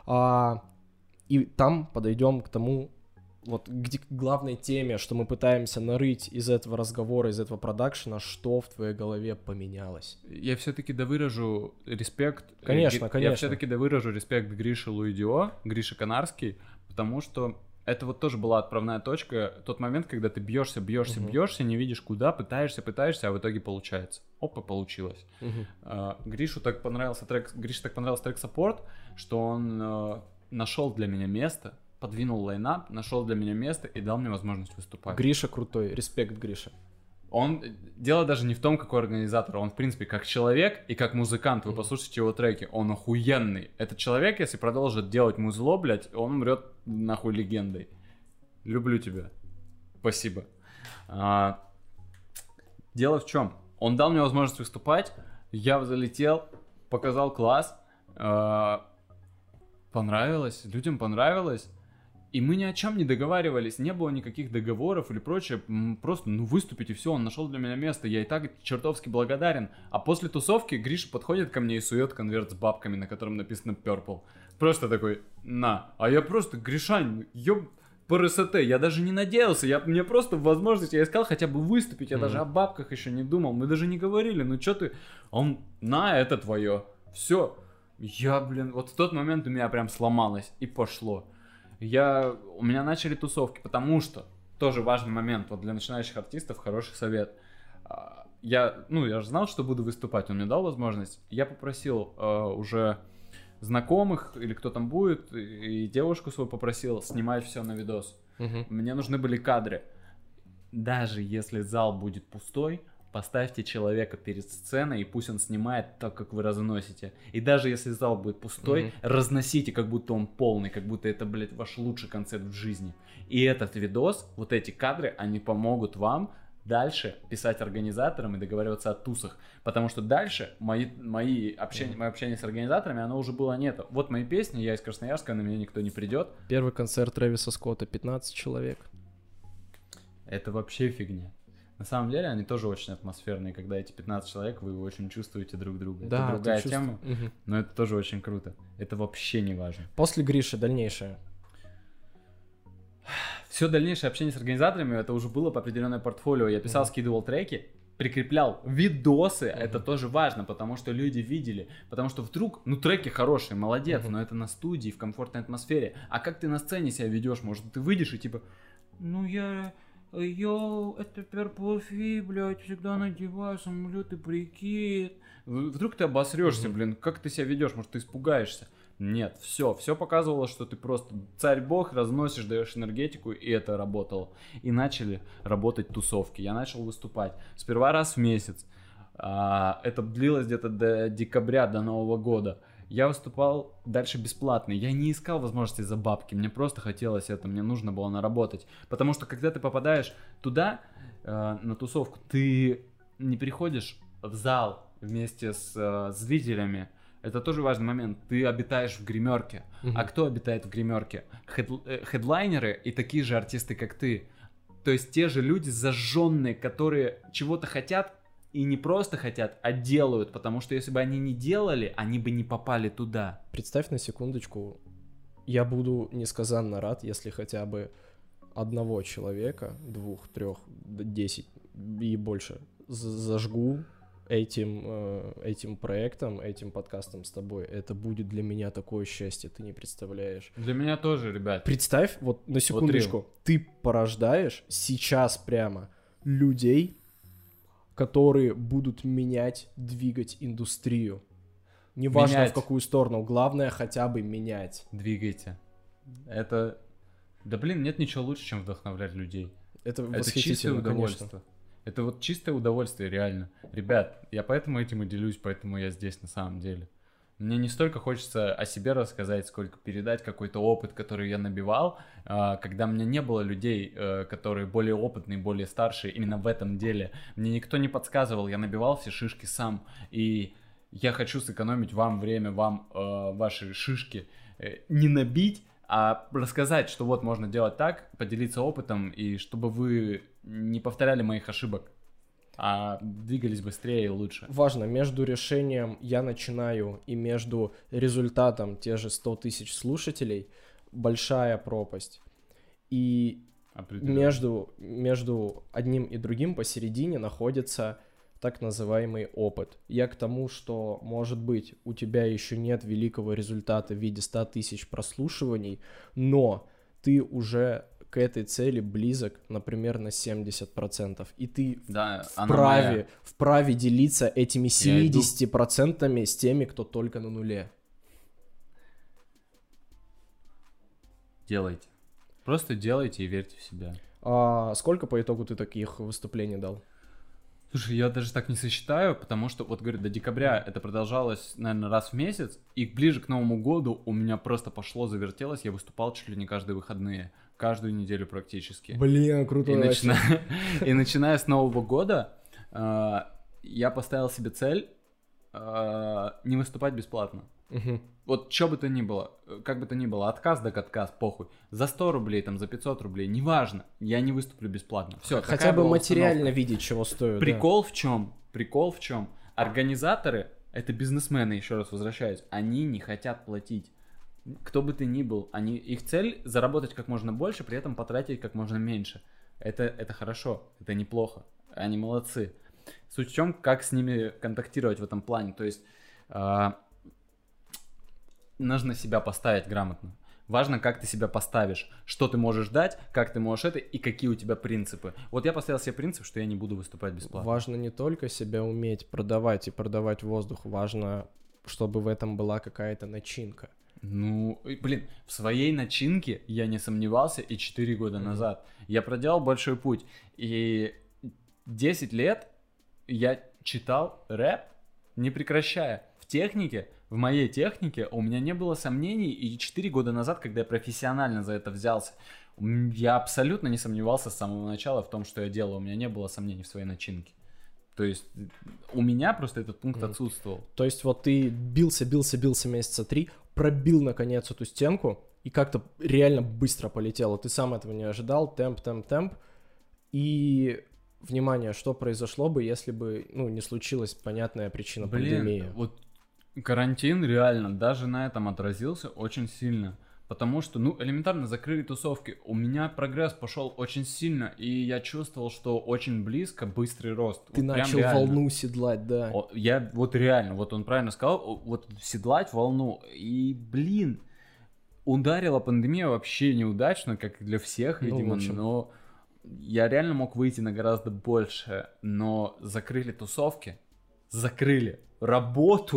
А, и там подойдем к тому, вот, к главной теме, что мы пытаемся нарыть из этого разговора, из этого продакшена, что в твоей голове поменялось. Я все-таки довыражу респект. Конечно, конечно. Я все-таки довыражу респект Грише Луидио, Грише Канарский, потому что это вот тоже была отправная точка, тот момент, когда ты бьешься, бьешься, uh-huh. бьешься, не видишь куда, пытаешься, пытаешься, а в итоге получается. Опа, получилось. Uh-huh. Uh, Гришу так понравился трек, Грише так понравился трек Support, что он uh, нашел для меня место, подвинул лайнап, нашел для меня место и дал мне возможность выступать. Гриша крутой, респект Гриша. Он, дело даже не в том, какой организатор, он, в принципе, как человек и как музыкант, вы mm-hmm. послушайте его треки, он охуенный. Этот человек, если продолжит делать музло, блядь, он умрет нахуй легендой. Люблю тебя. Спасибо. А, дело в чем? Он дал мне возможность выступать, я залетел, показал класс, а, понравилось, людям понравилось. И мы ни о чем не договаривались, не было никаких договоров или прочее, просто, ну, выступить и все, он нашел для меня место, я и так чертовски благодарен. А после тусовки Гриша подходит ко мне и сует конверт с бабками, на котором написано Purple. Просто такой, на. А я просто, Гришань, ёб... по РСТ, я даже не надеялся, я, мне просто возможность, я искал хотя бы выступить, я mm-hmm. даже о бабках еще не думал, мы даже не говорили, ну что ты, он, на, это твое, все. Я, блин, вот в тот момент у меня прям сломалось и пошло. Я, у меня начали тусовки, потому что, тоже важный момент, вот для начинающих артистов хороший совет. Я, ну, я же знал, что буду выступать, он мне дал возможность, я попросил э, уже знакомых, или кто там будет, и девушку свою попросил снимать все на видос. Угу. Мне нужны были кадры. Даже если зал будет пустой, поставьте человека перед сценой, и пусть он снимает так, как вы разносите. И даже если зал будет пустой, mm-hmm. разносите, как будто он полный, как будто это, блядь, ваш лучший концерт в жизни. И этот видос, вот эти кадры, они помогут вам дальше писать организаторам и договариваться о тусах. Потому что дальше мои, мои общения, mm-hmm. мое общение с организаторами, оно уже было нету. Вот мои песни, я из Красноярска, на меня никто не придет. Первый концерт Трэвиса Скотта, пятнадцать человек. Это вообще фигня. На самом деле они тоже очень атмосферные, когда эти пятнадцать человек, вы очень чувствуете друг друга. Да, это другая чувств... тема, угу. но это тоже очень круто. Это вообще не важно. После Гриши дальнейшее. Все дальнейшее общение с организаторами, это уже было по определенное портфолио. Я писал, угу. скидывал треки, прикреплял видосы, угу. это тоже важно, потому что люди видели. Потому что вдруг, ну треки хорошие, молодец, угу. но это на студии, в комфортной атмосфере. А как ты на сцене себя ведешь? Может, ты выйдешь и типа, ну я... Йоу, это перплофи, блядь, всегда надеваю самолеты, прикид. Вдруг ты обосрешься, mm-hmm. блин, как ты себя ведешь, может, ты испугаешься. Нет, все, все показывало, что ты просто царь-бог, разносишь, даешь энергетику, и это работало. И начали работать тусовки. Я начал выступать. Сперва раз в месяц. А, это длилось где-то до декабря, до Нового года. Я выступал дальше бесплатно. Я не искал возможности за бабки. Мне просто хотелось это. Мне нужно было наработать. Потому что когда ты попадаешь туда, э, на тусовку, ты не приходишь в зал вместе с э, зрителями. Это тоже важный момент. Ты обитаешь в гримерке. Mm-hmm. А кто обитает в гримерке? Хед, э, хедлайнеры и такие же артисты, как ты. То есть те же люди зажженные, которые чего-то хотят, и не просто хотят, а делают, потому что если бы они не делали, они бы не попали туда. Представь на секундочку, я буду несказанно рад, если хотя бы одного человека, двух, трех, десять и больше зажгу этим, этим проектом, этим подкастом с тобой. Это будет для меня такое счастье, ты не представляешь. Для меня тоже, ребят. Представь, вот на секундочку, вот ты порождаешь сейчас прямо людей, которые будут менять, двигать индустрию. Неважно менять. В какую сторону, главное хотя бы менять. Двигайте. Это... Да блин, нет ничего лучше, чем вдохновлять людей. Это, Это чистое удовольствие. Конечно. Это вот чистое удовольствие, реально. Ребят, я поэтому этим и делюсь, поэтому я здесь на самом деле. Мне не столько хочется о себе рассказать, сколько передать какой-то опыт, который я набивал, когда у меня не было людей, которые более опытные, более старшие именно в этом деле. Мне никто не подсказывал, я набивал все шишки сам. И я хочу сэкономить вам время, вам ваши шишки не набить, а рассказать, что вот можно делать так, поделиться опытом, и чтобы вы не повторяли моих ошибок, а двигались быстрее и лучше. Важно, между решением «я начинаю» и между результатом те же сто тысяч слушателей большая пропасть. И между, между одним и другим посередине находится так называемый опыт. Я к тому, что, может быть, у тебя еще нет великого результата в виде ста тысяч прослушиваний, но ты уже... к этой цели близок, например, на семьдесят процентов. И ты да, вправе, вправе делиться этими семьюдесятью процентами с теми, кто только на нуле. Делайте. Просто делайте и верьте в себя. А сколько по итогу ты таких выступлений дал? Слушай, я даже так не сосчитаю, потому что, вот говорю, до декабря это продолжалось, наверное, раз в месяц, и ближе к Новому году у меня просто пошло, завертелось, я выступал чуть ли не каждые выходные, каждую неделю практически. Блин, круто. И, начина... и начиная с Нового года э, я поставил себе цель э, не выступать бесплатно. Угу. Вот что бы то ни было, как бы то ни было, отказ так отказ, похуй. За сто рублей, там, за пятьсот рублей, неважно, я не выступлю бесплатно. Все, хотя бы материально видеть, чего стоит. Прикол да. в чем? Прикол в чем? Организаторы, это бизнесмены, еще раз возвращаюсь, они не хотят платить. Кто бы ты ни был, они, их цель заработать как можно больше, при этом потратить как можно меньше. Это, это хорошо, это неплохо, они молодцы. Суть в чем, как с ними контактировать в этом плане, то есть... Э, нужно себя поставить грамотно. Важно, как ты себя поставишь, что ты можешь дать, как ты можешь это и какие у тебя принципы. Вот я поставил себе принцип, что я не буду выступать бесплатно. Важно не только себя уметь продавать и продавать воздух, важно, чтобы в этом была какая-то начинка. Ну, блин, в своей начинке я не сомневался и четыре года mm-hmm. назад. Я проделал большой путь. И десять лет я читал рэп, не прекращая. В технике, в моей технике у меня не было сомнений, и четыре года назад, когда я профессионально за это взялся, я абсолютно не сомневался с самого начала в том, что я делаю, у меня не было сомнений в своей начинке. То есть у меня просто этот пункт mm. отсутствовал. То есть вот ты бился, бился, бился месяца три, пробил наконец эту стенку, и как-то реально быстро полетело. Ты сам этого не ожидал, темп, темп, темп, и... Внимание, что произошло бы, если бы, ну, не случилась понятная причина Блин, пандемии? Вот карантин реально даже на этом отразился очень сильно, потому что, ну, элементарно закрыли тусовки. У меня прогресс пошел очень сильно, и я чувствовал, что очень близко быстрый рост. Ты вот начал волну седлать, да. О, я вот реально, вот он правильно сказал, вот седлать волну, и, блин, ударила пандемия вообще неудачно, как и для всех, видимо, ну, но... Я реально мог выйти на гораздо больше, но закрыли тусовки, закрыли работу,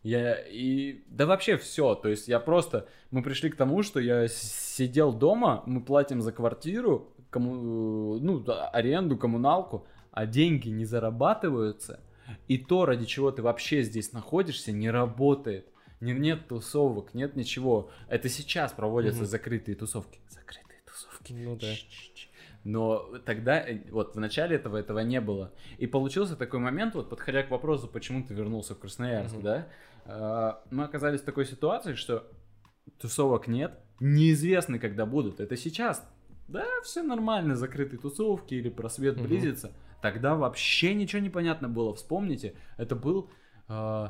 Я и... Да вообще все. То есть я просто... Мы пришли к тому, что я сидел дома, мы платим за квартиру, кому... ну, аренду, коммуналку, а деньги не зарабатываются. И то, ради чего ты вообще здесь находишься, не работает. Нет тусовок, нет ничего. Это сейчас проводятся угу. закрытые тусовки. Закрытые тусовки. Ну да. Но тогда, вот в начале этого этого не было. И получился такой момент, вот подходя к вопросу, почему ты вернулся в Красноярск, uh-huh. да, мы оказались в такой ситуации, что тусовок нет, неизвестно, когда будут. Это сейчас, да, все нормально, закрытые тусовки или просвет uh-huh. близится. Тогда вообще ничего не понятно было. Вспомните, это был э,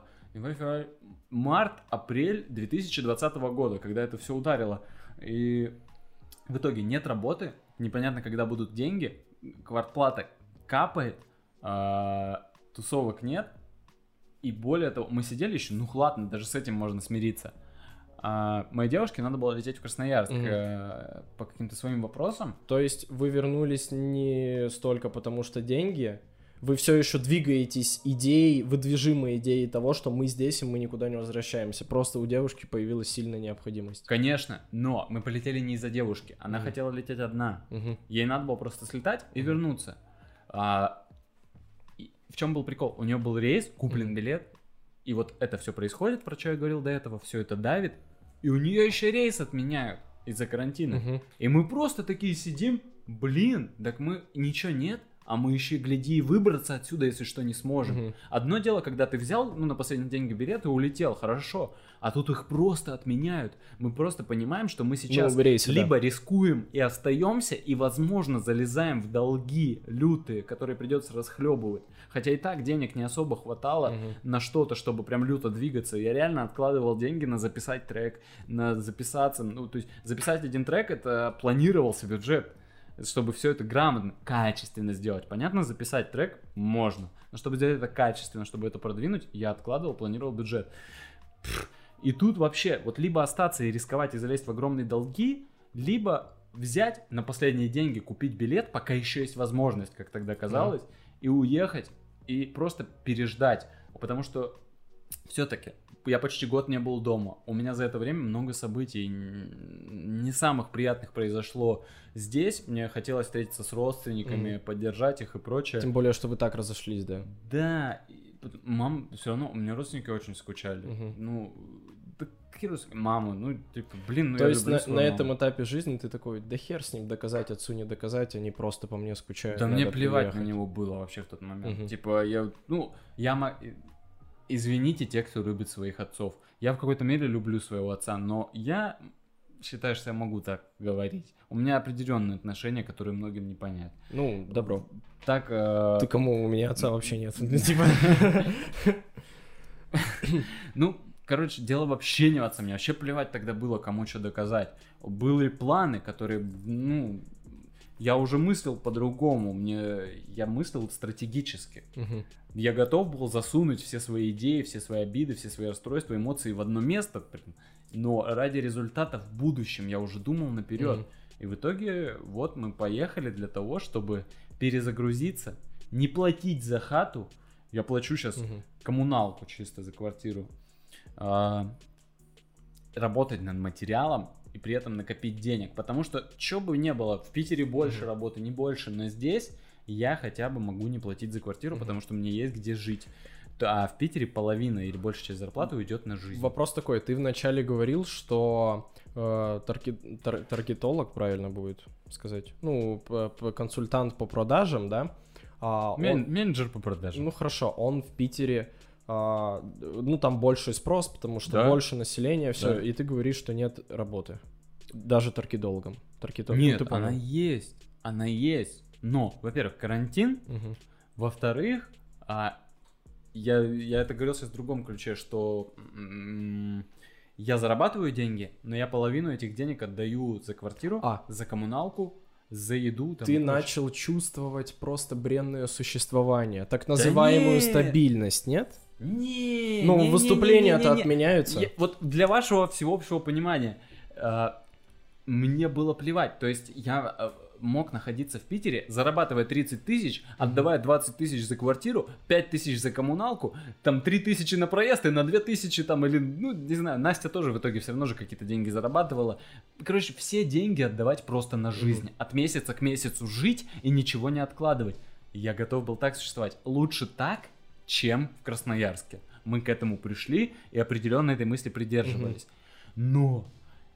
март, апрель две тысячи двадцатого года, когда это все ударило. И в итоге нет работы. Непонятно, когда будут деньги, квартплата капает, э, тусовок нет, и более того, мы сидели еще, ну ладно, даже с этим можно смириться. А моей девушке надо было лететь в Красноярск mm-hmm. э, по каким-то своим вопросам. То есть вы вернулись не столько потому, что деньги, вы все еще двигаетесь идеей, выдвижимой идеей того, что мы здесь и мы никуда не возвращаемся. Просто у девушки появилась сильная необходимость. Конечно, но мы полетели не из-за девушки. Она mm-hmm. хотела лететь одна. Mm-hmm. Ей надо было просто слетать и mm-hmm. вернуться. А, и в чем был прикол? У нее был рейс, куплен mm-hmm. билет, и вот это все происходит, про что я говорил до этого, все это давит, и у нее еще рейс отменяют из-за карантина. Mm-hmm. И мы просто такие сидим, блин, так мы ничего нет. А мы еще, гляди, и выбраться отсюда, если что, не сможем. Uh-huh. Одно дело, когда ты взял, ну, на последние деньги билет и улетел, хорошо. А тут их просто отменяют. Мы просто понимаем, что мы сейчас ну, рейсе, либо да. рискуем и остаемся, и, возможно, залезаем в долги лютые, которые придется расхлебывать. Хотя и так денег не особо хватало uh-huh. на что-то, чтобы прям люто двигаться. Я реально откладывал деньги на записать трек, на записаться. Ну, то есть записать один трек, это планировался бюджет. Чтобы все это грамотно, качественно сделать. Понятно, записать трек можно, но чтобы сделать это качественно, чтобы это продвинуть, я откладывал, планировал бюджет. И тут вообще, вот либо остаться и рисковать и залезть в огромные долги, либо взять на последние деньги, купить билет, пока еще есть возможность, как тогда казалось, mm. и уехать, и просто переждать. Потому что все-таки я почти год не был дома. У меня за это время много событий не самых приятных произошло здесь. Мне хотелось встретиться с родственниками, mm-hmm. поддержать их и прочее. Тем более, что вы так разошлись, да? Да. Мам, все равно, у меня родственники очень скучали. Mm-hmm. Ну, да какие родственники? Мама, ну, типа, блин, ну То я есть люблю на, свою на маму. этом этапе жизни ты такой, да хер с ним, доказать отцу не доказать, они просто по мне скучают. Да мне плевать приехать. На него было вообще в тот момент. Mm-hmm. Типа, я, ну, я... Извините те, кто любит своих отцов. Я в какой-то мере люблю своего отца, но я считаю, что я могу так говорить. У меня определенные отношения, которые многим не понять. Ну, добро. Так. Э... Ты кому? У меня отца вообще нет. Ну, короче, дело вообще не в отце. Мне вообще плевать тогда было, кому что доказать. Были планы, которые, ну, я уже мыслил по-другому. Мне я мыслил стратегически. Я готов был засунуть все свои идеи, все свои обиды, все свои расстройства, эмоции в одно место. Но ради результата в будущем я уже думал наперед. Mm-hmm. И в итоге вот мы поехали для того, чтобы перезагрузиться, не платить за хату. Я плачу сейчас mm-hmm. коммуналку чисто за квартиру. А, работать над материалом и при этом накопить денег. Потому что, что бы ни было, в Питере больше mm-hmm. работы, не больше, но здесь... я хотя бы могу не платить за квартиру, mm-hmm. потому что мне есть где жить. А в Питере половина или большая часть зарплаты уйдет на жизнь. Вопрос такой, ты вначале говорил, что э, таргет, тар, таргетолог, правильно будет сказать, ну, п- п- консультант по продажам, да? А Мен- он, менеджер по продажам. Ну, хорошо, он в Питере, а, ну, там больший спрос, потому что да? больше населения, все, да. И ты говоришь, что нет работы, даже таргетологом. Таргетолог, нет, ну, она есть, она есть. Но, во-первых, карантин, угу. во-вторых, а, я, я это говорил сейчас в другом ключе, что м- я зарабатываю деньги, но я половину этих денег отдаю за квартиру, а. за коммуналку, за еду. Там, Ты начал чувствовать просто бренное существование, так называемую да стабильность, нет? Не, ну, не, выступления-то не, не, не, не. отменяются. Я, вот для вашего всеобщего понимания, э, мне было плевать, то есть я... Э, мог находиться в Питере, зарабатывая тридцать тысяч, отдавая двадцать тысяч за квартиру, пять тысяч за коммуналку, там три тысячи на проезд и на две тысячи там, или, ну, не знаю, Настя тоже в итоге все равно же какие-то деньги зарабатывала. Короче, все деньги отдавать просто на жизнь, от месяца к месяцу жить и ничего не откладывать. Я готов был так существовать. Лучше так, чем в Красноярске. Мы к этому пришли и определенно этой мысли придерживались. Но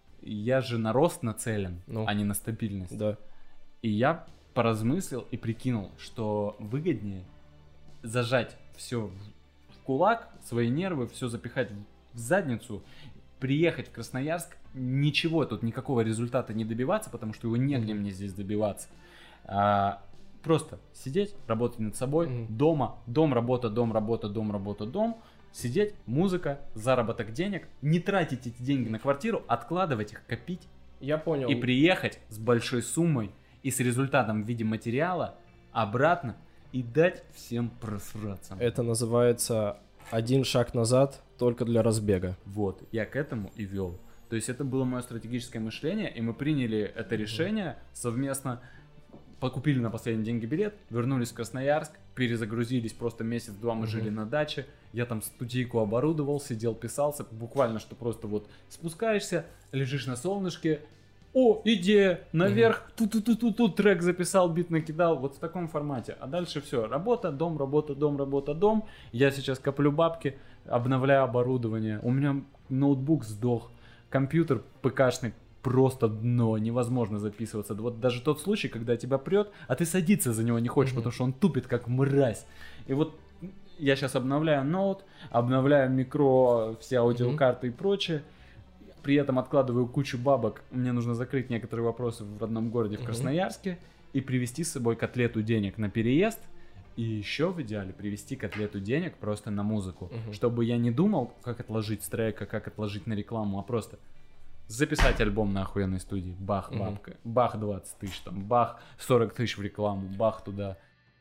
я же на рост нацелен, ну, а не на стабильность. Да. И я поразмыслил и прикинул, что выгоднее зажать все в кулак, свои нервы, все запихать в задницу, приехать в Красноярск, ничего тут, никакого результата не добиваться, потому что его негде мне здесь добиваться. А, просто сидеть, работать над собой, mm-hmm. дома, дом, работа, дом, работа, дом, работа, дом. Сидеть, музыка, заработок денег, не тратить эти деньги на квартиру, откладывать их, копить. Я понял. И приехать с большой суммой и с результатом в виде материала обратно и дать всем просраться. Это называется один шаг назад только для разбега. Вот, я к этому и вел. То есть это было мое стратегическое мышление, и мы приняли это решение совместно. Покупили на последние деньги билет, вернулись в Красноярск, перезагрузились, просто месяц-два мы mm-hmm. жили на даче, я там студийку оборудовал, сидел, писался, буквально, что просто вот спускаешься, лежишь на солнышке, о, идея, наверх, mm-hmm. ту-ту-ту-ту-ту, трек записал, бит накидал, вот в таком формате. А дальше все, работа, дом, работа, дом, работа, дом, я сейчас коплю бабки, обновляю оборудование, у меня ноутбук сдох, компьютер ПКшный, просто дно, невозможно записываться. Вот даже тот случай, когда тебя прет, а ты садиться за него не хочешь, mm-hmm. потому что он тупит как мразь. И вот я сейчас обновляю ноут, обновляю микро, все аудиокарты mm-hmm. и прочее. При этом откладываю кучу бабок. Мне нужно закрыть некоторые вопросы в родном городе, в Красноярске, mm-hmm. и привезти с собой котлету денег на переезд. И еще в идеале привезти котлету денег просто на музыку. Mm-hmm. Чтобы я не думал, как отложить с трека, как отложить на рекламу, а просто... записать альбом на охуенной студии. Бах, бабка. Mm-hmm. Бах, двадцать тысяч там. Бах, сорок тысяч в рекламу. Бах туда.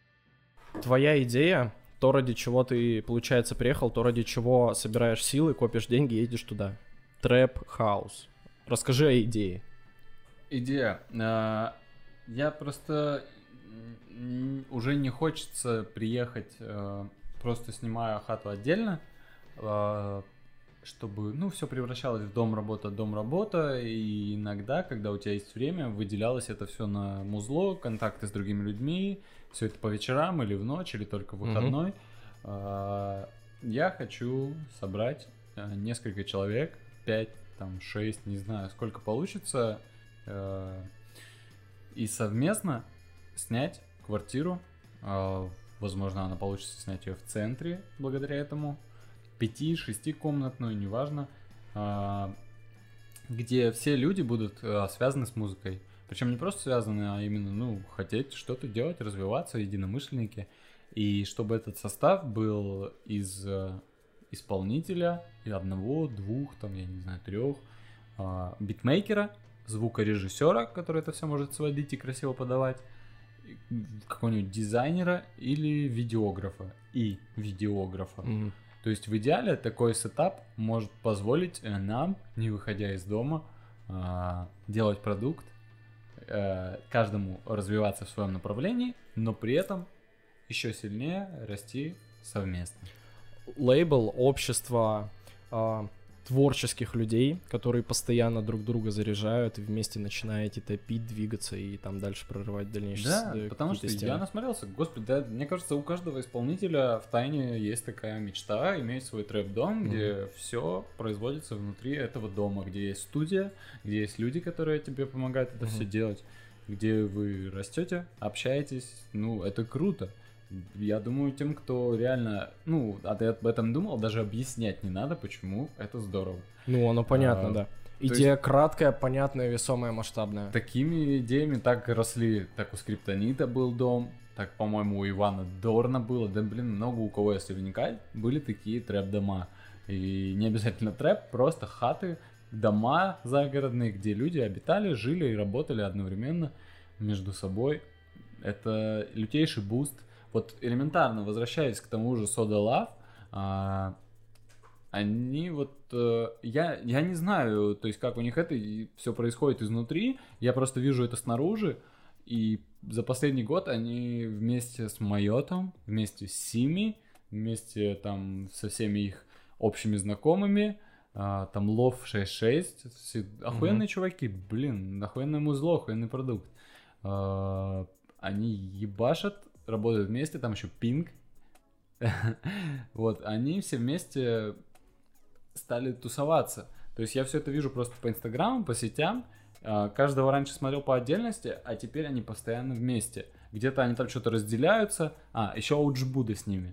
Твоя идея, то, ради чего ты, получается, приехал, то, ради чего собираешь силы, копишь деньги, едешь туда. Трэп хаус. Расскажи о идее. Идея. Я просто... Уже не хочется приехать, просто снимая хату отдельно, чтобы, ну, все превращалось в дом-работа, дом-работа, и иногда, когда у тебя есть время, выделялось это все на музло, контакты с другими людьми, все это по вечерам или в ночь, или только в выходной. Mm-hmm. Я хочу собрать несколько человек, пять, там, шесть, не знаю, сколько получится, и совместно снять квартиру. Возможно, она получится снять ее в центре благодаря этому. пяти-шестикомнатную, неважно, где все люди будут связаны с музыкой. Причем не просто связаны, а именно, ну, хотеть что-то делать, развиваться, единомышленники. И чтобы этот состав был из исполнителя, и одного, двух, там, я не знаю, трех, битмейкера, звукорежиссера, который это все может сводить и красиво подавать, какого-нибудь дизайнера или видеографа. И видеографа. Mm-hmm. То есть в идеале такой сетап может позволить нам, не выходя из дома, делать продукт, каждому развиваться в своем направлении, но при этом еще сильнее расти совместно. Лейбл, общество э, творческих людей, которые постоянно друг друга заряжают, и вместе начинаете топить, двигаться и там дальше прорывать дальнейшие. Да, потому что стены. Я насмотрелся, господи, да, мне кажется, у каждого исполнителя в тайне есть такая мечта иметь свой трэп-дом, mm-hmm. где все производится внутри этого дома, где есть студия, где есть люди, которые тебе помогают это mm-hmm. все делать, где вы растете, общаетесь, ну, это круто. Я думаю, тем, кто реально, ну, а ты об этом думал, даже объяснять не надо, почему это здорово. Ну, оно понятно, а, да. Идея есть, краткая, понятная, весомая, масштабная. Такими идеями так росли. Так у Скриптонита был дом, так, по-моему, у Ивана Дорна было. Да, блин, много у кого, если вникать, были такие трэп-дома. И не обязательно трэп, просто хаты, дома загородные, где люди обитали, жили и работали одновременно между собой. Это лютейший буст. Вот элементарно, возвращаясь к тому же Soda Luv, а, они вот, а, я, я не знаю, то есть как у них это все происходит изнутри, я просто вижу это снаружи, И за последний год они вместе с Майотом, вместе с Сими, вместе там со всеми их общими знакомыми, а, там Лов шестьдесят шесть, все охуенные mm-hmm. чуваки, блин, охуенное музло, охуенный продукт. А, они ебашат, работают вместе, там еще Пинк. Вот, они все вместе стали тусоваться. То есть я все это вижу просто по Инстаграму, по сетям. Каждого раньше смотрел по отдельности, а теперь они постоянно вместе. Где-то они там что-то разделяются. А, еще Оуджи Буда с ними.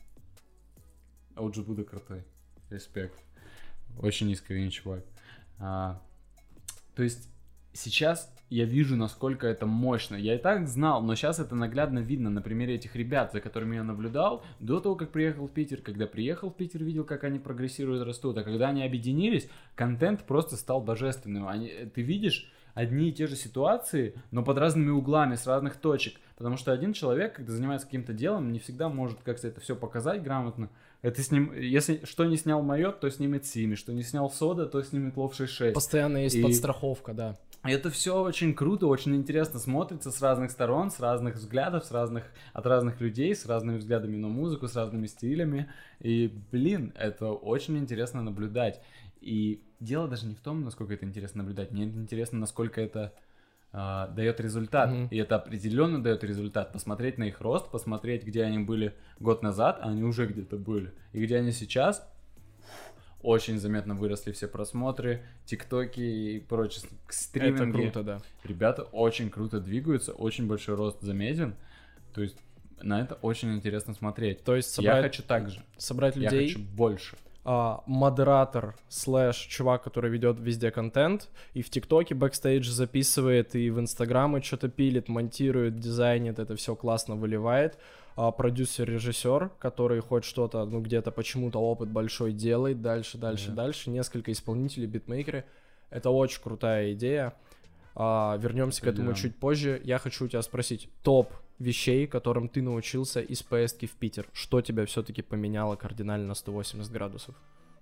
Оуджи Буда крутой. Респект. Очень искренний чувак. А, то есть сейчас я вижу, насколько это мощно. Я и так знал, но сейчас это наглядно видно на примере этих ребят, за которыми я наблюдал до того, как приехал в Питер. Когда приехал в Питер, видел, как они прогрессируют, растут. А когда они объединились, контент просто стал божественным. Они, ты видишь одни и те же ситуации, но под разными углами, с разных точек. Потому что один человек, когда занимается каким-то делом, не всегда может как-то это все показать грамотно. Это с ним, если что не снял Майот, то снимет Сими, что не снял Сода, то снимет Лов шестьдесят шесть. Постоянно есть и... подстраховка, да. Это все очень круто, очень интересно смотрится с разных сторон, с разных взглядов, с разных, от разных людей, с разными взглядами на музыку, с разными стилями. И, блин, это очень интересно наблюдать. И дело даже не в том, насколько это интересно наблюдать. Мне интересно, насколько это э, дает результат. Mm-hmm. И это определенно дает результат. Посмотреть на их рост, посмотреть, где они были год назад, а они уже где-то были. И где они сейчас. Очень заметно выросли все просмотры, тиктоки и прочие стриминги. Это круто, да. Ребята очень круто двигаются, очень большой рост заметен. То есть на это очень интересно смотреть. То есть собрать... Я хочу так же. Собрать людей... Я хочу больше. А, модератор слэш чувак, который ведет везде контент, и в ТикТоке бэкстейдж записывает, и в Инстаграме что-то пилит, монтирует, дизайнит, это все классно выливает. А, продюсер-режиссер, который хоть что-то, ну где-то почему-то опыт большой делает, дальше, дальше, yeah. дальше, несколько исполнителей, битмейкеры. Это очень крутая идея. А, вернемся к этому yeah. чуть позже. Я хочу у тебя спросить, топ вещей, которым ты научился из поездки в Питер. Что тебя все-таки поменяло кардинально на сто восемьдесят градусов?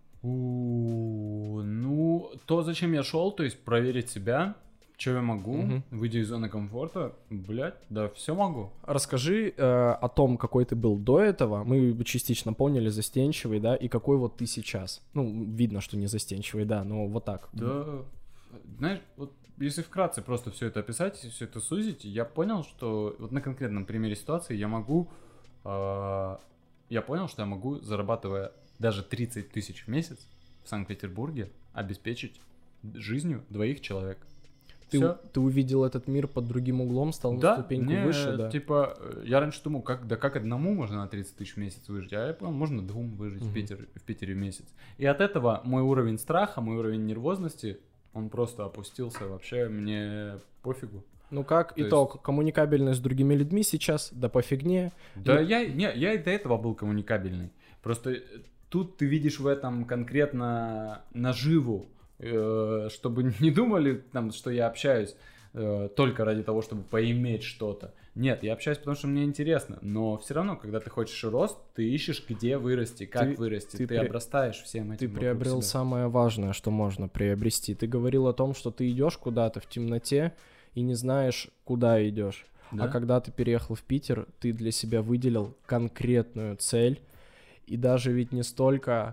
У-у-у, ну, то, зачем я шел, то есть проверить себя, что я могу, угу. выйти из зоны комфорта, блядь, да, все могу. Расскажи э, о том, какой ты был до этого. Мы частично поняли, застенчивый, да, и какой вот ты сейчас. Ну, видно, что не застенчивый, да, но вот так. Да, знаешь, вот если вкратце просто все это описать, все это сузить, я понял, что вот на конкретном примере ситуации я могу, э, я понял, что я могу, зарабатывая даже тридцать тысяч в месяц в Санкт-Петербурге, обеспечить жизнью двоих человек. Ты, ты увидел этот мир под другим углом, стал да, на ступеньку не, выше, да? Типа, я раньше думал, как, да как одному можно на тридцать тысяч в месяц выжить, а я понял, можно двум выжить uh-huh. в, Питер, в Питере в месяц. И от этого мой уровень страха, мой уровень нервозности, он просто опустился, вообще мне пофигу. Ну как То итог, есть... коммуникабельность с другими людьми сейчас, да пофигне. Да ну... я, не, я и до этого был коммуникабельный, просто тут ты видишь в этом конкретно наживу, э, чтобы не думали, там, что я общаюсь э, только ради того, чтобы поиметь что-то. Нет, я общаюсь, потому что мне интересно, но все равно, когда ты хочешь рост, ты ищешь, где вырасти, как ты, вырасти, ты, ты при... обрастаешь всем этим. Ты приобрел самое важное, что можно приобрести. Ты говорил о том, что ты идешь куда-то в темноте и не знаешь, куда идешь. Да? А когда ты переехал в Питер, ты для себя выделил конкретную цель, и даже ведь не столько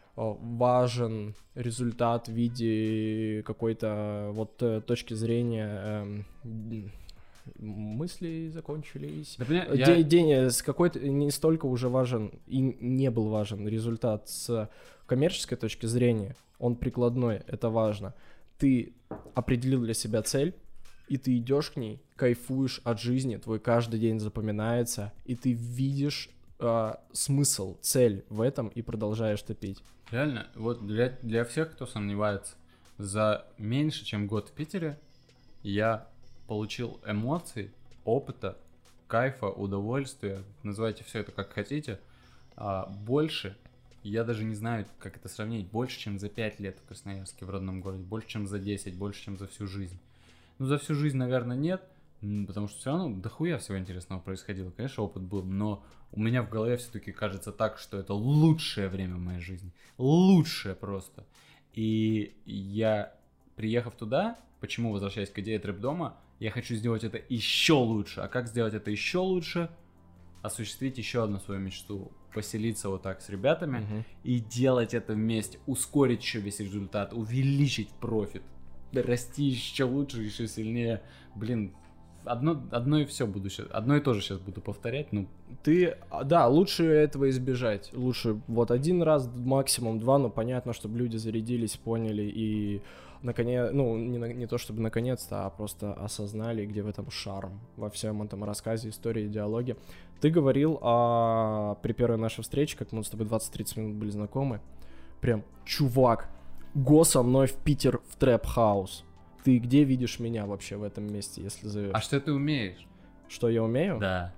важен результат в виде какой-то вот точки зрения... Эм, мысли закончились. Да, поня... День, я... день с какой-то не столько уже важен и не был важен результат с коммерческой точки зрения. Он прикладной, это важно. Ты определил для себя цель, и ты идешь к ней, кайфуешь от жизни, твой каждый день запоминается, и ты видишь э, смысл, цель в этом и продолжаешь топить. Реально, вот для, для всех, кто сомневается, за меньше, чем год в Питере я получил эмоций, опыта, кайфа, удовольствия, называйте все это как хотите, а, больше, я даже не знаю, как это сравнить, больше, чем за пять лет в Красноярске, в родном городе, больше, чем за десять, больше, чем за всю жизнь. Ну, за всю жизнь, наверное, нет, потому что все равно дохуя всего интересного происходило, конечно, опыт был, но у меня в голове все-таки кажется так, что это лучшее время в моей жизни, лучшее просто, и я приехав туда, почему, возвращаясь к идее трэп-дома, я хочу сделать это еще лучше. А как сделать это еще лучше? Осуществить еще одну свою мечту. Поселиться вот так с ребятами Мгм. и делать это вместе. Ускорить еще весь результат, увеличить профит. Расти еще лучше, еще сильнее. Блин, одно, одно и все буду сейчас. Одно и то же сейчас буду повторять. Ну, Ты, а, да, лучше этого избежать. Лучше вот один раз, максимум два, но понятно, чтобы люди зарядились, поняли и наконец, ну, не, на- не то чтобы наконец-то, а просто осознали, где в этом шарм, во всем этом рассказе, истории, диалоге. Ты говорил о, при первой нашей встрече, как мы с тобой двадцать-тридцать минут были знакомы, прям, чувак, го со мной в Питер в трэп-хаус. Ты где видишь меня вообще в этом месте, если зовешь? а что ты умеешь? Что я умею? Да.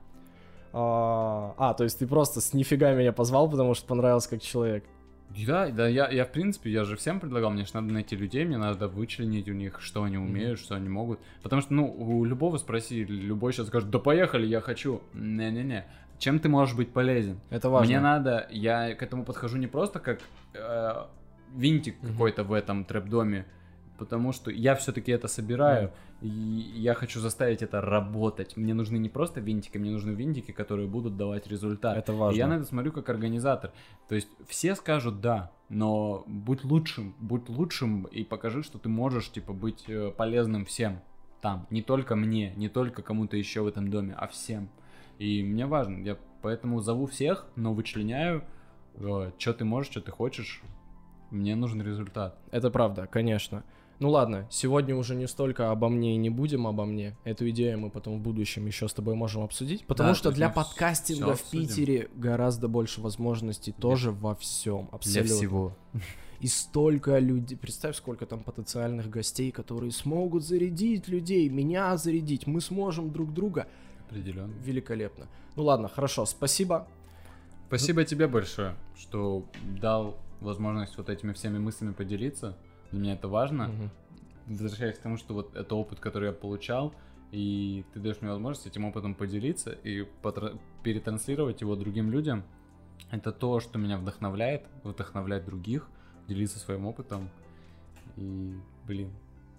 А, а, то есть ты просто с нифига меня позвал, потому что понравился как человек. Да, да, я, я в принципе, я же всем предлагал, мне же надо найти людей, мне надо вычленить у них, что они умеют, что они могут. Потому что, ну, у любого спроси, любой сейчас скажет, да поехали, я хочу. Не-не-не, чем ты можешь быть полезен? Это важно. Мне надо, я к этому подхожу не просто как э, винтик Мгм. какой-то в этом трэп-доме, потому что я все-таки это собираю, и я хочу заставить это работать. Мне нужны не просто винтики, мне нужны винтики, которые будут давать результат. Это И важно. я на это смотрю как организатор. То есть все скажут да, но будь лучшим, будь лучшим и покажи, что ты можешь, типа, быть э, полезным всем там. Не только мне, не только кому-то еще в этом доме, а всем. И мне важно, я поэтому зову всех, но вычленяю, э, что ты можешь, что ты хочешь. Мне нужен результат. Это правда, конечно. Ну ладно, сегодня уже не столько обо мне и не будем обо мне. Эту идею мы потом в будущем еще с тобой можем обсудить. Потому Да, что то есть для мы подкастинга всё в обсудим. Питере гораздо больше возможностей тоже во всем. Абсолютно. Для всего. И столько людей. Представь, сколько там потенциальных гостей, которые смогут зарядить людей, меня зарядить. Мы сможем друг друга. Определенно. Великолепно. Ну ладно, хорошо, спасибо. Спасибо тебе большое, что дал возможность вот этими всеми мыслями поделиться. Для меня это важно. Мгм. Возвращаясь к тому, что вот это опыт, который я получал, и ты даешь мне возможность этим опытом поделиться и потра- перетранслировать его другим людям. Это то, что меня вдохновляет, вдохновлять других, делиться своим опытом. И, блин,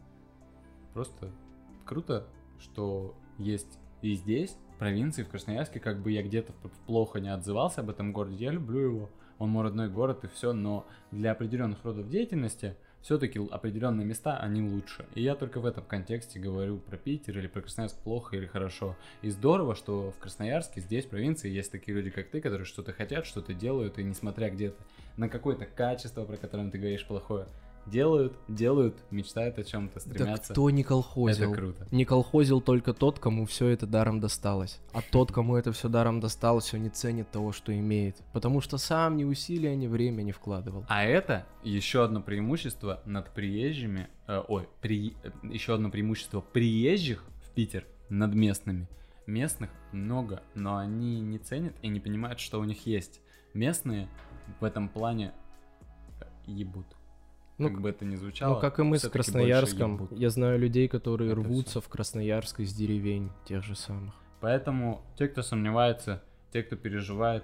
просто круто, что есть и здесь, в провинции, в Красноярске, как бы я где-то п- плохо не отзывался об этом городе, я люблю его, он мой родной город и все, но для определенных родов деятельности все-таки определенные места, они лучше. И я только в этом контексте говорю про Питер или про Красноярск плохо или хорошо. И здорово, что в Красноярске, здесь, в провинции, есть такие люди, как ты, которые что-то хотят, что-то делают, и несмотря где-то на какое-то качество, про которое ты говоришь плохое, делают, делают, мечтают о чем-то, Да стремятся. кто не колхозил? Это круто. Не колхозил только тот, кому все это даром досталось. А тот, кому это все даром досталось, он не ценит того, что имеет. Потому что сам ни усилия, ни время не вкладывал. А это еще одно преимущество над приезжими, э, ой, при, э, еще одно преимущество приезжих в Питер над местными. Местных много, но они не ценят и не понимают, что у них есть. Местные в этом плане э, ебут. Ну, Как бы это ни звучало. Ну, как и мы с всё-таки больше Красноярском. ебут. Я знаю людей, которые Это рвутся в Красноярск из деревень тех же самых. Поэтому те, кто сомневается, те, кто переживает,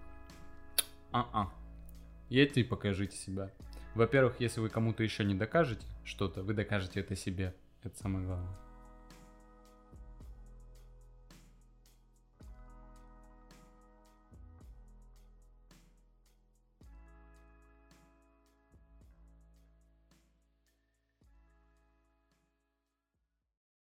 а-а, едьте и покажите себя. Во-первых, если вы кому-то еще не докажете что-то, вы докажете это себе. Это самое главное.